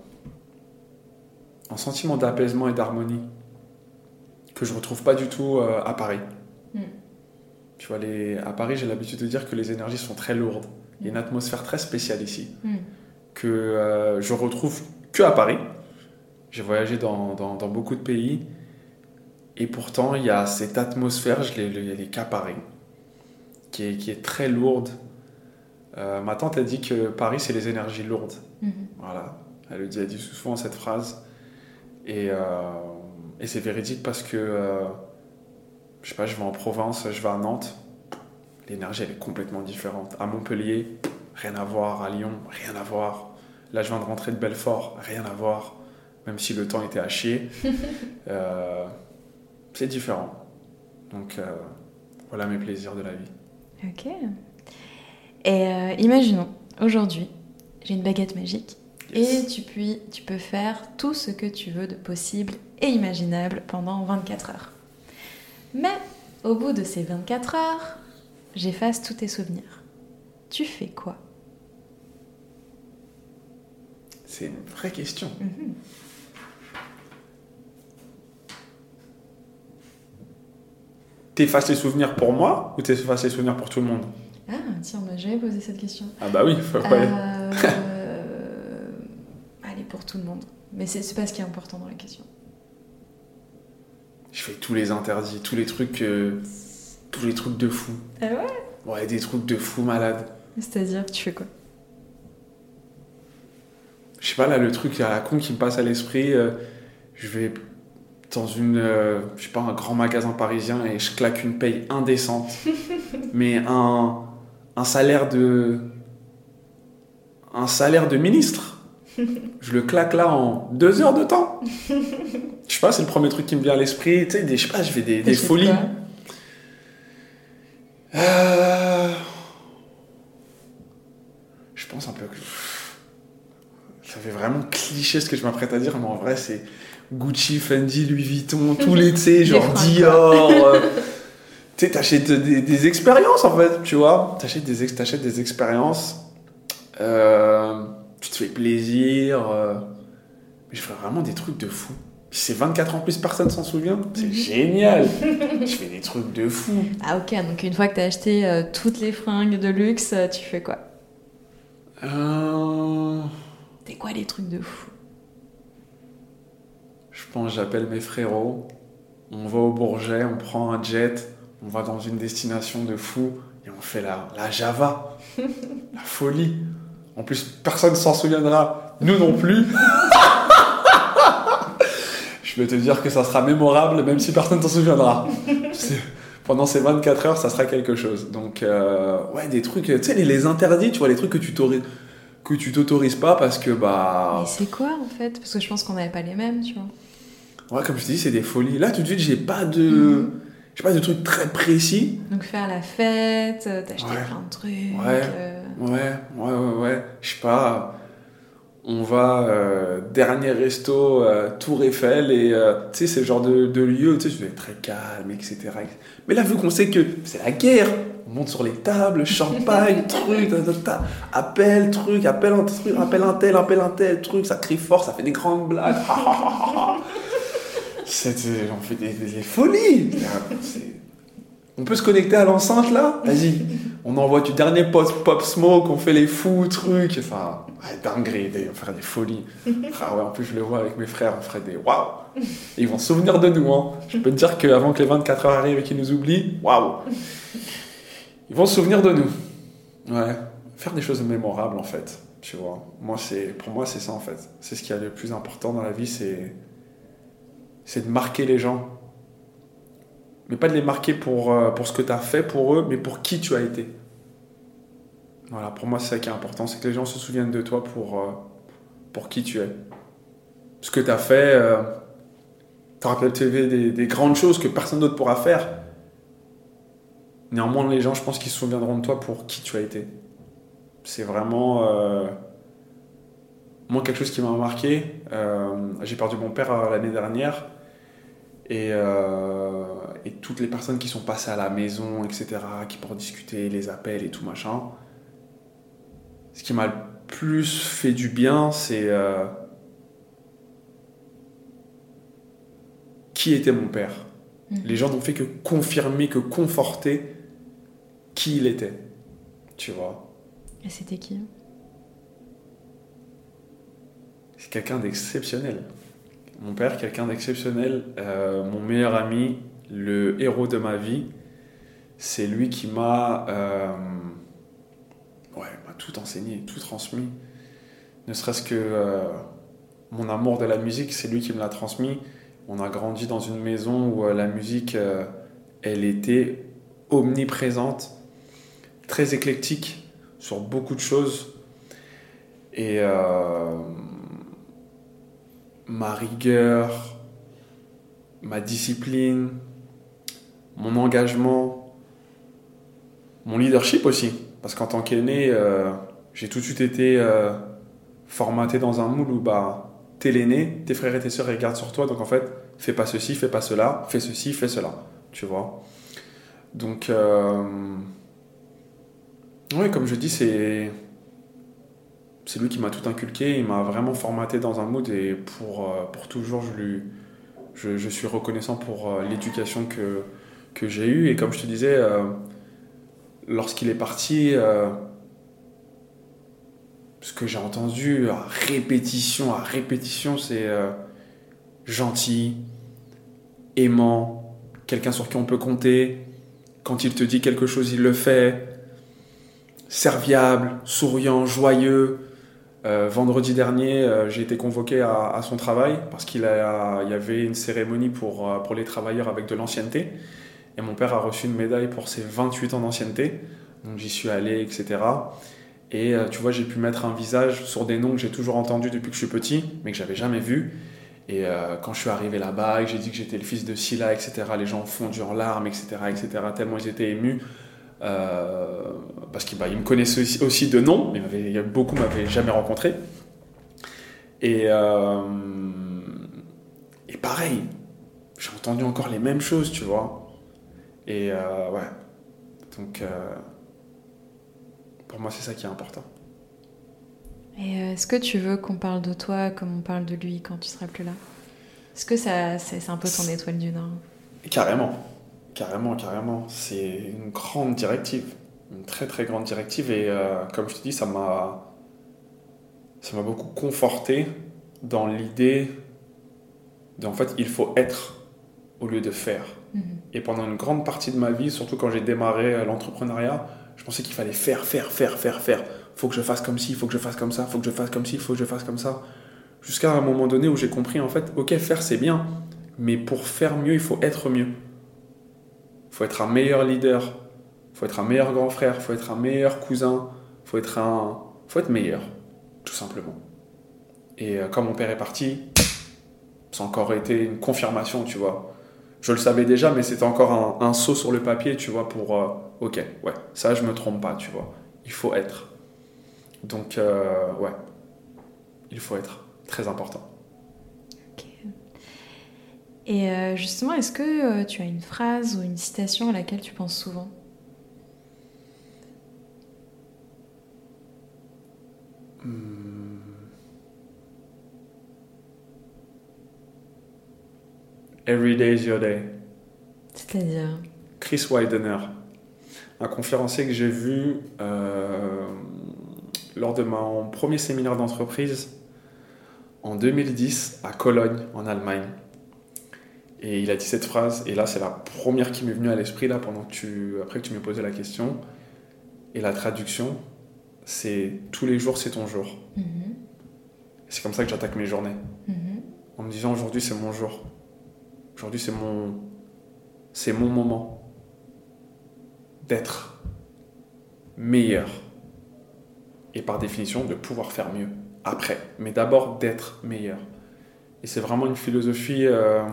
un sentiment d'apaisement et d'harmonie que je retrouve pas du tout euh, à Paris. Mm. Tu vois, les... à Paris, j'ai l'habitude de dire que les énergies sont très lourdes. Il y a une atmosphère très spéciale ici, mm. que euh, je retrouve que à Paris. J'ai voyagé dans, dans, dans beaucoup de pays, et pourtant, il y a cette atmosphère, je l'ai, elle est qu'à Paris, qui est, qui est très lourde. Euh, ma tante a dit que Paris, c'est les énergies lourdes. Mm-hmm. Voilà, elle dit, elle dit souvent cette phrase. Et, euh, et c'est véridique parce que, euh, je sais pas, je vais en Provence, je vais à Nantes, l'énergie, elle est complètement différente. À Montpellier, rien à voir. À Lyon, rien à voir. Là, je viens de rentrer de Belfort, rien à voir. Même si le temps était à chier. euh, c'est différent. Donc, euh, voilà mes plaisirs de la vie. Ok. Et euh, imaginons, aujourd'hui, j'ai une baguette magique, yes. Et tu, puis, tu peux faire tout ce que tu veux de possible et imaginable pendant vingt-quatre heures. Mais au bout de ces vingt-quatre heures, j'efface tous tes souvenirs. Tu fais quoi? C'est une vraie question. Mm-hmm. T'effaces les souvenirs pour moi ou t'effaces les souvenirs pour tout le monde? Ah, tiens, on m'a jamais posé cette question. Ah bah oui, faut pas... Euh... Allez, pour tout le monde. Mais c'est, c'est pas ce qui est important dans la question. Je fais tous les interdits, tous les trucs... Euh... Tous les trucs de fou. Ah ouais? Ouais, des trucs de fou malade. C'est-à-dire, tu fais quoi? Je sais pas, là, le truc à la con qui me passe à l'esprit, euh, je vais dans une, euh, je sais pas, un grand magasin parisien et je claque une paye indécente. Mais un, un salaire de... Un salaire de ministre. Je le claque là en deux heures de temps. Je sais pas, c'est le premier truc qui me vient à l'esprit. Tu sais, des, je sais pas, je fais des, des folies. Euh... Je pense un peu que... Ça fait vraiment cliché ce que je m'apprête à dire, mais en vrai, c'est Gucci, Fendi, Louis Vuitton, tous les, tu sais, genre Dior... euh... Tu sais, t'achètes des, des expériences, en fait, tu vois. T'achètes des, ex, t'achètes des expériences, euh, tu te fais plaisir, euh... mais je ferais vraiment des trucs de fou. Si c'est vingt-quatre ans plus, personne s'en souvient, c'est génial. Je fais des trucs de fou. Ah ok, donc une fois que t'as acheté euh, toutes les fringues de luxe, euh, tu fais quoi? euh... C'est quoi les trucs de fou? Je pense que j'appelle mes frérots, on va au Bourget, on prend un jet, on va dans une destination de fou et on fait la, la Java, la folie. En plus, personne ne s'en souviendra, nous non plus. Je peux te dire que ça sera mémorable, même si personne ne s'en souviendra. C'est... Pendant ces vingt-quatre heures, ça sera quelque chose. Donc, euh, ouais, des trucs, tu sais, les, les interdits, tu vois, les trucs que tu t'autorises, que tu t'autorises pas parce que, bah... Mais c'est quoi, en fait? Parce que je pense qu'on n'avait pas les mêmes, tu vois. Ouais, comme je te dis, c'est des folies. Là, tout de suite, j'ai pas de... Mmh. J'ai pas de trucs très précis. Donc, faire la fête, t'acheter ouais. plein de trucs... Ouais, euh... ouais, ouais, ouais, ouais. Je sais pas... On va, euh, dernier resto, euh, Tour Eiffel, et euh, tu sais, c'est le genre de, de lieu, tu sais, je vais être très calme, et cetera. Mais là, vu qu'on sait que c'est la guerre, on monte sur les tables, champagne, truc, ta, ta, ta, appel, truc, appel un truc, appel un tel, appel un tel, truc, ça crie fort, ça fait des grandes blagues. c'est, on fait des, des, des folies. C'est, On peut se connecter à l'enceinte là ? Vas-y. On envoie du dernier pop, pop smoke, on fait les fous, trucs. Enfin, ouais, dinguerie, on ferait des folies. Ah ouais, en plus, je le vois avec mes frères, on ferait des waouh. Ils vont se souvenir de nous. Hein. Je peux te dire qu'avant que les vingt-quatre heures arrivent et qu'ils nous oublient, waouh. Ils vont se souvenir de nous. Ouais. Faire des choses mémorables en fait. Tu vois. Moi, c'est, pour moi, c'est ça en fait. C'est ce qui est le plus important dans la vie, c'est, c'est de marquer les gens. Mais pas de les marquer pour, euh, pour ce que tu as fait pour eux, mais pour qui tu as été. Voilà, pour moi, c'est ça qui est important, c'est que les gens se souviennent de toi pour, euh, pour qui tu es. Ce que tu as fait, euh, tu rappelles des, des grandes choses que personne d'autre pourra faire. Néanmoins, les gens, je pense qu'ils se souviendront de toi pour qui tu as été. C'est vraiment... Euh, moi, quelque chose qui m'a marqué. Euh, j'ai perdu mon père euh, l'année dernière. Et, euh, et toutes les personnes qui sont passées à la maison, et cetera, qui pour discuter, les appels et tout machin. Ce qui m'a le plus fait du bien, c'est euh, qui était mon père. Mmh. Les gens n'ont fait que confirmer, que conforter qui il était. Tu vois. Et c'était qui ? C'est quelqu'un d'exceptionnel. Mon père, quelqu'un d'exceptionnel, euh, mon meilleur ami, le héros de ma vie, c'est lui qui m'a, euh, ouais, m'a tout enseigné, tout transmis. Ne serait-ce que euh, mon amour de la musique, c'est lui qui me l'a transmis. On a grandi dans une maison où euh, la musique, euh, elle était omniprésente, très éclectique sur beaucoup de choses. Et... Euh, ma rigueur, ma discipline, mon engagement, mon leadership aussi. Parce qu'en tant qu'aîné, euh, j'ai tout de suite été euh, formaté dans un moule où bah, t'es l'aîné, tes frères et tes sœurs regardent sur toi, donc en fait, fais pas ceci, fais pas cela, fais ceci, fais cela, tu vois. Donc, euh, oui, comme je dis, c'est... C'est lui qui m'a tout inculqué, il m'a vraiment formaté dans un mood et pour, euh, pour toujours, je, lui, je, je suis reconnaissant pour euh, l'éducation que, que j'ai eue. Et comme je te disais, euh, lorsqu'il est parti, euh, ce que j'ai entendu à répétition, à répétition, c'est euh, gentil, aimant, quelqu'un sur qui on peut compter. Quand il te dit quelque chose, il le fait. Serviable, souriant, joyeux. Euh, vendredi dernier, euh, j'ai été convoqué à, à son travail parce qu'il a, il y avait une cérémonie pour, euh, pour les travailleurs avec de l'ancienneté. Et mon père a reçu une médaille pour ses vingt-huit ans d'ancienneté. Donc j'y suis allé, et cetera. Et euh, tu vois, j'ai pu mettre un visage sur des noms que j'ai toujours entendus depuis que je suis petit, mais que j'avais jamais vus. Et euh, quand je suis arrivé là-bas et que j'ai dit que j'étais le fils de Scylla, et cetera, les gens ont fondu en larmes, et cetera, et cetera, tellement ils étaient émus. Euh, parce qu'ils bah, me connaissaient aussi, aussi de nom, mais il y a beaucoup m'avaient jamais rencontré. Et, euh, et pareil, j'ai entendu encore les mêmes choses, tu vois. Et euh, ouais, donc euh, pour moi c'est ça qui est important. Et euh, est-ce que tu veux qu'on parle de toi comme on parle de lui quand tu seras plus là ? Est-ce que ça, c'est, c'est un peu ton étoile du Nord ? Carrément. Carrément, carrément. C'est une grande directive. Une très, très grande directive. Et euh, comme je te dis, ça m'a, ça m'a beaucoup conforté dans l'idée d'en fait, il faut être au lieu de faire. Mm-hmm. Et pendant une grande partie de ma vie, surtout quand j'ai démarré l'entrepreneuriat, je pensais qu'il fallait faire, faire, faire, faire, faire. Faut que je fasse comme ci, faut que je fasse comme ça, faut que je fasse comme ci, faut que je fasse comme ça. Jusqu'à un moment donné où j'ai compris, en fait, ok, faire c'est bien, mais pour faire mieux, il faut être mieux. Il faut être un meilleur leader, il faut être un meilleur grand frère, il faut être un meilleur cousin, il faut être un... faut être meilleur, tout simplement. Et euh, quand mon père est parti, ça a encore été une confirmation, tu vois. Je le savais déjà, mais c'était encore un, un saut sur le papier, tu vois, pour... Euh, ok, ouais, ça, je me trompe pas, tu vois. Il faut être. Donc, euh, ouais, il faut être. Très important. Ok. Et euh, justement, est-ce que euh, tu as une phrase ou une citation à laquelle tu penses souvent ? hmm. Every day is your day. C'est-à-dire ? Chris Widener, un conférencier que j'ai vu euh, lors de mon premier séminaire d'entreprise en deux mille dix à Cologne, en Allemagne. Et il a dit cette phrase, et là c'est la première qui m'est venue à l'esprit là, pendant que tu, après que tu m'as posé la question. Et la traduction, c'est « tous les jours c'est ton jour mm-hmm. ». C'est comme ça que j'attaque mes journées. Mm-hmm. En me disant « aujourd'hui c'est mon jour ». Aujourd'hui c'est mon, c'est mon moment d'être meilleur. Et par définition, de pouvoir faire mieux après. Mais d'abord d'être meilleur. Et c'est vraiment une philosophie... Euh,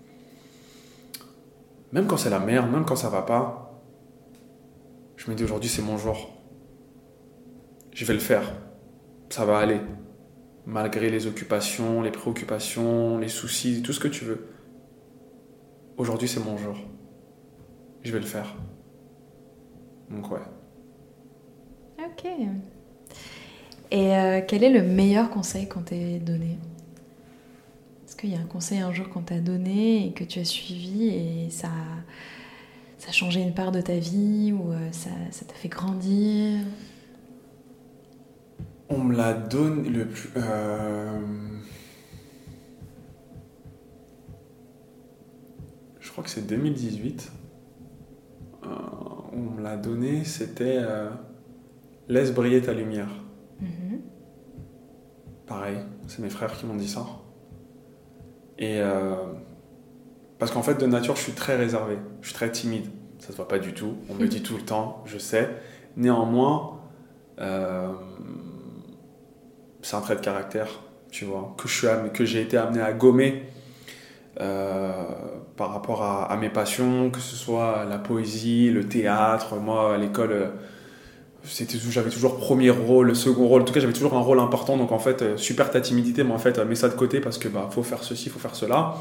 même quand c'est la merde, même quand ça va pas, je me dis aujourd'hui c'est mon jour. Je vais le faire. Ça va aller. Malgré les occupations, les préoccupations, les soucis, tout ce que tu veux. Aujourd'hui c'est mon jour. Je vais le faire. Donc ouais. Ok. Et euh, quel est le meilleur conseil qu'on t'ait donné ? Est-ce qu'il y a un conseil un jour qu'on t'a donné et que tu as suivi et ça, ça a changé une part de ta vie ou ça, ça t'a fait grandir ? On me l'a donné le plus... Euh... Je crois que c'est deux mille dix-huit. Euh, on me l'a donné, c'était euh, « Laisse briller ta lumière ». Mm-hmm. Pareil, c'est mes frères qui m'ont dit ça. Et euh, parce qu'en fait, de nature, je suis très réservé, je suis très timide. Ça se voit pas du tout, on me le dit tout le temps, je sais. Néanmoins, euh, c'est un trait de caractère, tu vois, que, je suis am- que j'ai été amené à gommer euh, par rapport à, à mes passions, que ce soit la poésie, le théâtre. Moi, à l'école, c'était, j'avais toujours premier rôle, second rôle. En tout cas, j'avais toujours un rôle important. Donc, en fait, super ta timidité, mais en fait, mets ça de côté parce que bah, faut faire ceci, faut faire cela.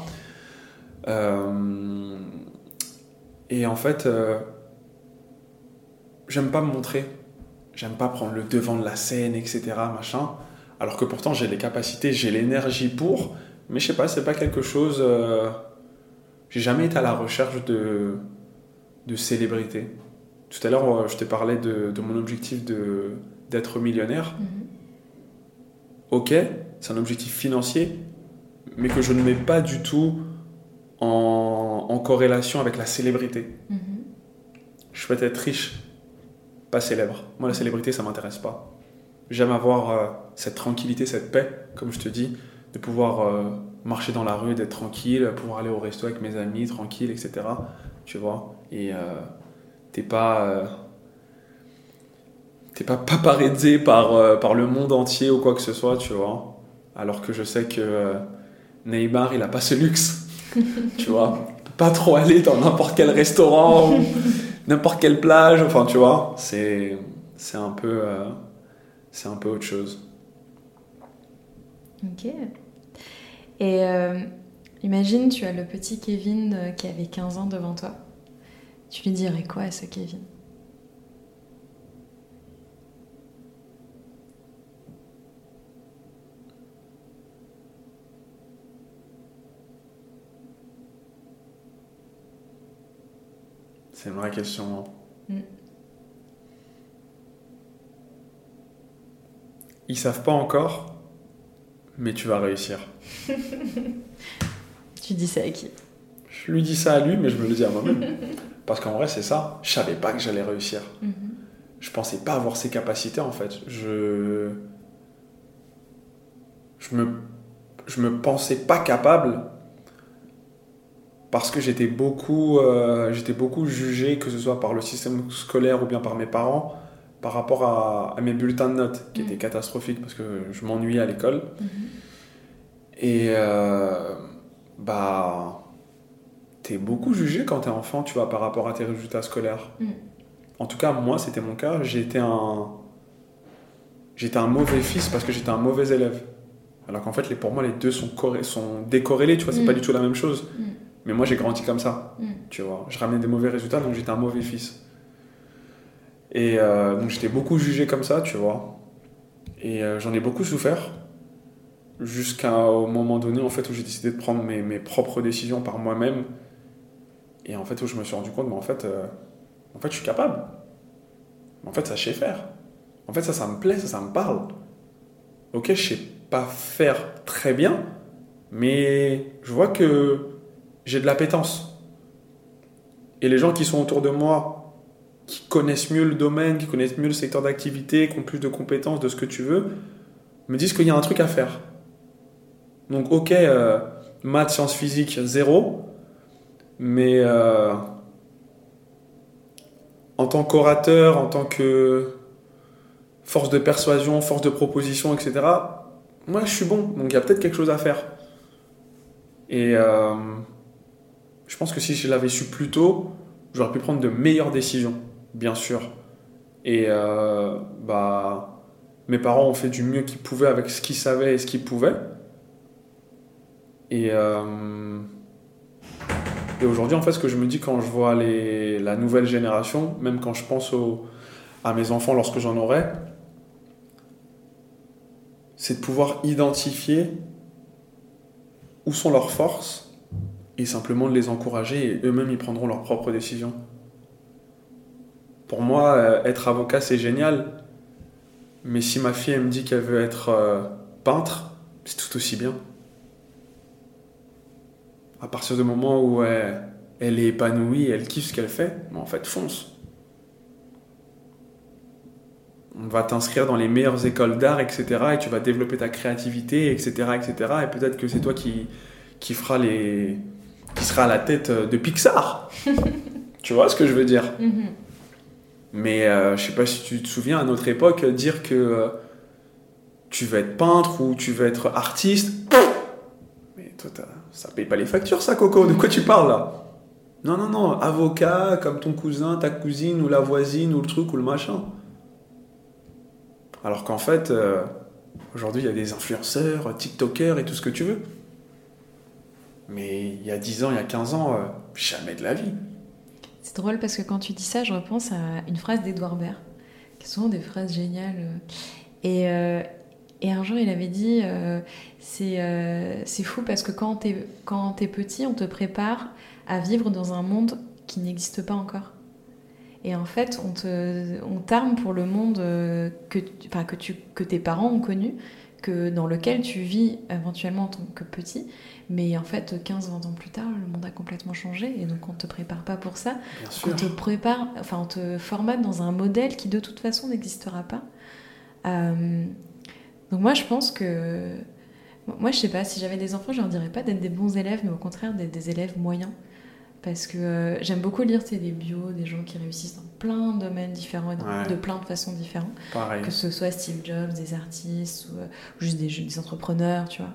Euh, et en fait, euh, j'aime pas me montrer. J'aime pas prendre le devant de la scène, et cetera. Machin. Alors que pourtant, j'ai les capacités, j'ai l'énergie pour. Mais je sais pas, c'est pas quelque chose... Euh, j'ai jamais été à la recherche de, de célébrité. Tout à l'heure, je t'ai parlé de, de mon objectif de, d'être millionnaire. Mm-hmm. Ok, c'est un objectif financier, mais que je ne mets pas du tout en, en corrélation avec la célébrité. Mm-hmm. Je souhaite être riche, pas célèbre. Moi, la célébrité, ça ne m'intéresse pas. J'aime avoir euh, cette tranquillité, cette paix, comme je te dis, de pouvoir euh, marcher dans la rue, d'être tranquille, pouvoir aller au resto avec mes amis, tranquille, et cetera. Tu vois, et... Euh, t'es pas euh, t'es pas paparazzi par, euh, par le monde entier ou quoi que ce soit, tu vois, alors que je sais que euh, Neymar il a pas ce luxe. Tu vois, il peut pas trop aller dans n'importe quel restaurant ou n'importe quelle plage, enfin tu vois, c'est, c'est un peu euh, c'est un peu autre chose. Ok. Et euh, imagine tu as le petit Kevin qui avait quinze ans devant toi. Tu lui dirais quoi à ce Kevin ? C'est une vraie question. Mm. Ils savent pas encore, mais tu vas réussir. Tu dis ça à qui ? Je lui dis ça à lui, mais je me le dis à moi-même. Parce qu'en vrai, c'est ça. Je savais pas que j'allais réussir. Mm-hmm. Je pensais pas avoir ces capacités, en fait. Je... Je me... Je me pensais pas capable parce que j'étais beaucoup, euh, j'étais beaucoup jugé, que ce soit par le système scolaire ou bien par mes parents, par rapport à, à mes bulletins de notes, qui mm-hmm. étaient catastrophiques parce que je m'ennuyais à l'école. Mm-hmm. Et... Euh, bah... T'es beaucoup jugé quand t'es enfant, tu vois, par rapport à tes résultats scolaires. Mm. En tout cas, moi, c'était mon cas. J'étais un... J'étais un mauvais fils parce que j'étais un mauvais élève. Alors qu'en fait, les, pour moi, les deux sont, corré... sont décorrélés, tu vois, c'est mm. pas du tout la même chose. Mm. Mais moi, j'ai grandi comme ça, mm. tu vois. Je ramenais des mauvais résultats, donc j'étais un mauvais fils. Et euh, donc, j'étais beaucoup jugé comme ça, tu vois. Et euh, j'en ai beaucoup souffert. Jusqu'à au moment donné, en fait, où j'ai décidé de prendre mes, mes propres décisions par moi-même. Et en fait, où je me suis rendu compte, mais en fait, euh, en fait, je suis capable. En fait, ça, je sais faire. En fait, ça, ça me plaît, ça, ça me parle. Ok, je sais pas faire très bien, mais je vois que j'ai de l'appétence. Et les gens qui sont autour de moi, qui connaissent mieux le domaine, qui connaissent mieux le secteur d'activité, qui ont plus de compétences, de ce que tu veux, me disent qu'il y a un truc à faire. Donc, ok, euh, maths, sciences physiques, zéro. Mais euh, en tant qu'orateur, en tant que force de persuasion, force de proposition, et cetera, moi, je suis bon. Donc, il y a peut-être quelque chose à faire. Et euh, je pense que si je l'avais su plus tôt, j'aurais pu prendre de meilleures décisions, bien sûr. Et euh, bah, mes parents ont fait du mieux qu'ils pouvaient avec ce qu'ils savaient et ce qu'ils pouvaient. Et, euh, et aujourd'hui, en fait, ce que je me dis quand je vois les, la nouvelle génération, même quand je pense au, à mes enfants lorsque j'en aurai, c'est de pouvoir identifier où sont leurs forces et simplement de les encourager et eux-mêmes, ils prendront leurs propres décisions. Pour moi, euh, être avocat, c'est génial, mais si ma fille elle me dit qu'elle veut être euh, peintre, c'est tout aussi bien. À partir du moment où elle, elle est épanouie, elle kiffe ce qu'elle fait, mais en fait, fonce. On va t'inscrire dans les meilleures écoles d'art, et cetera. Et tu vas développer ta créativité, et cetera, et cetera. Et peut-être que c'est toi qui, qui fera les, qui sera à la tête de Pixar. Tu vois ce que je veux dire? Mm-hmm. Mais euh, je sais pas si tu te souviens, à notre époque, dire que euh, tu veux être peintre ou tu veux être artiste... Mais toi, t'as... ça paye pas les factures, ça, Coco. De quoi tu parles, là? Non, non, non. Avocat, comme ton cousin, ta cousine, ou la voisine, ou le truc, ou le machin. Alors qu'en fait, euh, aujourd'hui, il y a des influenceurs, TikTokers et tout ce que tu veux. Mais il y a dix ans, il y a quinze ans, euh, jamais de la vie. C'est drôle parce que quand tu dis ça, je repense à une phrase d'Edouard Baird, qui sont des phrases géniales. Et... Euh... Et un jour, il avait dit, euh, c'est, euh, c'est fou parce que quand t'es, quand t'es petit, on te prépare à vivre dans un monde qui n'existe pas encore. Et en fait, on, te, on t'arme pour le monde que, enfin, que, tu, que tes parents ont connu, que, dans lequel tu vis éventuellement en tant que petit. Mais en fait, quinze à vingt ans plus tard, le monde a complètement changé et donc on ne te prépare pas pour ça. Bien sûr. On te prépare, enfin, on te formate dans un modèle qui de toute façon n'existera pas. Euh, Donc moi, je pense que... Moi, je sais pas, si j'avais des enfants, je leur dirais pas d'être des bons élèves, mais au contraire, d'être des élèves moyens. Parce que euh, j'aime beaucoup lire des bios, des gens qui réussissent dans plein de domaines différents, ouais. de plein de façons différentes. Pareil. Que ce soit Steve Jobs, des artistes, ou, euh, ou juste des, des entrepreneurs, tu vois.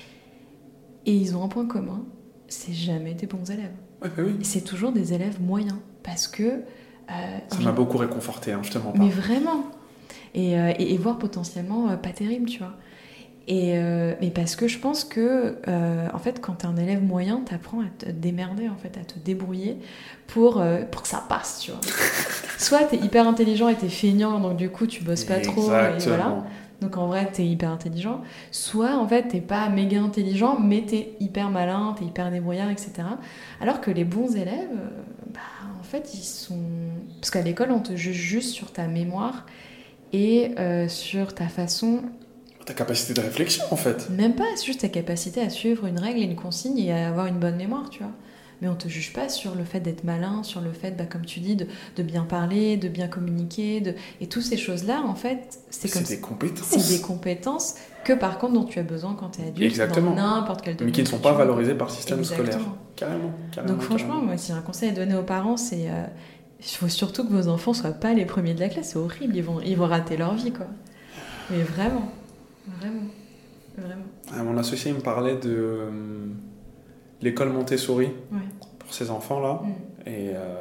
Et ils ont un point commun, c'est jamais des bons élèves. Ouais, bah oui. Et c'est toujours des élèves moyens. Parce que... Euh, Ça m'a beaucoup réconforté, hein, je te mens pas. Mais vraiment Et, euh, et, et voire potentiellement euh, pas terrible, tu vois. Et, euh, mais parce que je pense que, euh, en fait, quand t'es un élève moyen, t'apprends à te démerder, en fait, à te débrouiller pour, euh, pour que ça passe, tu vois. Soit t'es hyper intelligent et t'es feignant, donc du coup, tu bosses pas trop. Et voilà. Donc en vrai, t'es hyper intelligent. Soit, en fait, t'es pas méga intelligent, mais t'es hyper malin, t'es hyper débrouillard, et cetera. Alors que les bons élèves, bah, en fait, ils sont... Parce qu'à l'école, on te juge juste sur ta mémoire et euh, sur ta façon... Ta capacité de réflexion, en fait. Même pas, c'est juste ta capacité à suivre une règle et une consigne et à avoir une bonne mémoire, tu vois. Mais on te juge pas sur le fait d'être malin, sur le fait, bah, comme tu dis, de, de bien parler, de bien communiquer, de... et toutes ces choses-là, en fait, c'est, c'est comme des compétences. C'est des compétences que, par contre, dont tu as besoin quand tu es adulte. Exactement. Dans n'importe quel domaine. Mais qui ne sont pas valorisées par le système Exactement. scolaire. Carrément, carrément. Donc franchement, carrément. moi, si un conseil à donner aux parents, c'est... Euh, il faut surtout que vos enfants soient pas les premiers de la classe, c'est horrible, ils vont, ils vont rater leur vie, quoi. Mais vraiment, vraiment, vraiment. Ah, mon associé il me parlait de euh, l'école Montessori ouais. pour ses enfants-là, mm. et euh,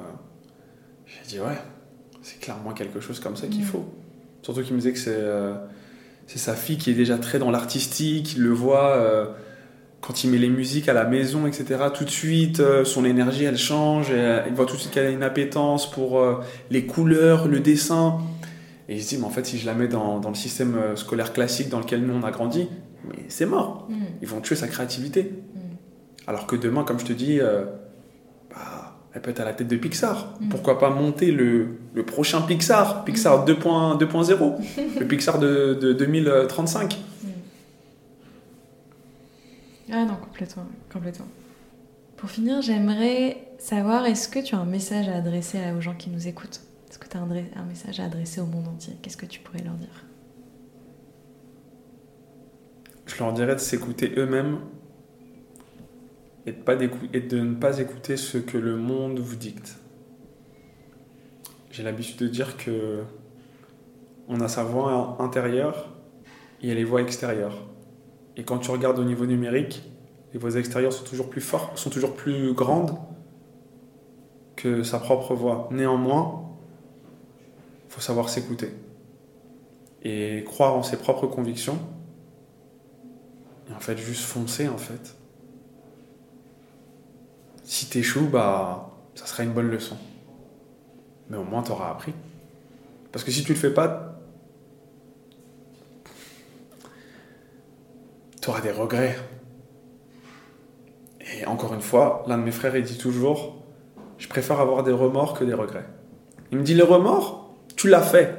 j'ai dit ouais, c'est clairement quelque chose comme ça qu'il mm. faut. Surtout qu'il me disait que c'est, euh, c'est sa fille qui est déjà très dans l'artistique, il le voit... Euh, quand il met les musiques à la maison, et cetera, tout de suite, euh, son énergie, elle change. Et, euh, il voit tout de suite qu'elle a une appétence pour euh, les couleurs, le dessin. Et il se dit, mais en fait, si je la mets dans, dans le système euh, scolaire classique dans lequel nous, on a grandi, mais c'est mort. Mm. Ils vont tuer sa créativité. Mm. Alors que demain, comme je te dis, euh, bah, bah, elle peut être à la tête de Pixar. Mmh. Pourquoi pas monter le, le prochain Pixar, Pixar mmh. deux point zéro, le Pixar de, de deux mille trente-cinq. Mmh. Ah non, complètement, complètement. Pour finir, j'aimerais savoir, est-ce que tu as un message à adresser aux gens qui nous écoutent ? Est-ce que tu as un, un message à adresser au monde entier ? Qu'est-ce que tu pourrais leur dire ? Je leur dirais de s'écouter eux-mêmes et de, pas et de ne pas écouter ce que le monde vous dicte. J'ai l'habitude de dire que on a sa voix intérieure et il y a les voix extérieures. Et quand tu regardes au niveau numérique, les voix extérieures sont toujours plus fortes, sont toujours plus grandes que sa propre voix. Néanmoins, il faut savoir s'écouter et croire en ses propres convictions et en fait juste foncer en fait. Si t'échoues, bah ça sera une bonne leçon, mais au moins t'auras appris, parce que si tu le fais pas, t'auras des regrets. Et encore une fois, l'un de mes frères il dit toujours, je préfère avoir des remords que des regrets. Il me dit, les remords, tu l'as fait.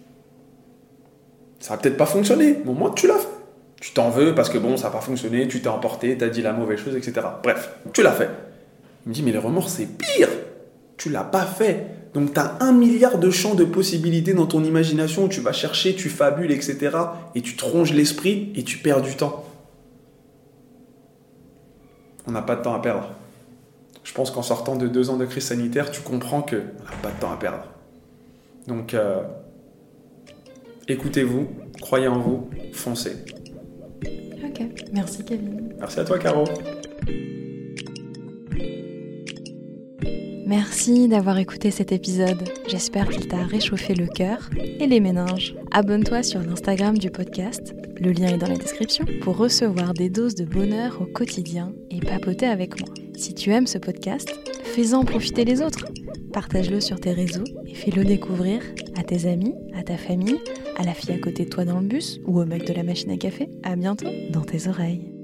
Ça va peut-être pas fonctionner, mais au moins tu l'as fait. Tu t'en veux parce que bon, ça n'a pas fonctionné, tu t'es emporté, t'as dit la mauvaise chose, et cetera. Bref, tu l'as fait. Il me dit, mais les remords, c'est pire. Tu l'as pas fait. Donc t'as un milliard de champs de possibilités dans ton imagination où tu vas chercher, tu fabules, et cetera. Et tu te ronges l'esprit et tu perds du temps. On n'a pas de temps à perdre. Je pense qu'en sortant de deux ans de crise sanitaire, tu comprends qu'on n'a pas de temps à perdre. Donc, euh, écoutez-vous, croyez en vous, foncez. Ok, merci Kevin. Merci à toi Caro. Merci d'avoir écouté cet épisode. J'espère qu'il t'a réchauffé le cœur et les méninges. Abonne-toi sur l'Instagram du podcast, le lien est dans la description, pour recevoir des doses de bonheur au quotidien et papoter avec moi. Si tu aimes ce podcast, fais-en profiter les autres. Partage-le sur tes réseaux et fais-le découvrir à tes amis, à ta famille, à la fille à côté de toi dans le bus ou au mec de la machine à café. À bientôt dans tes oreilles.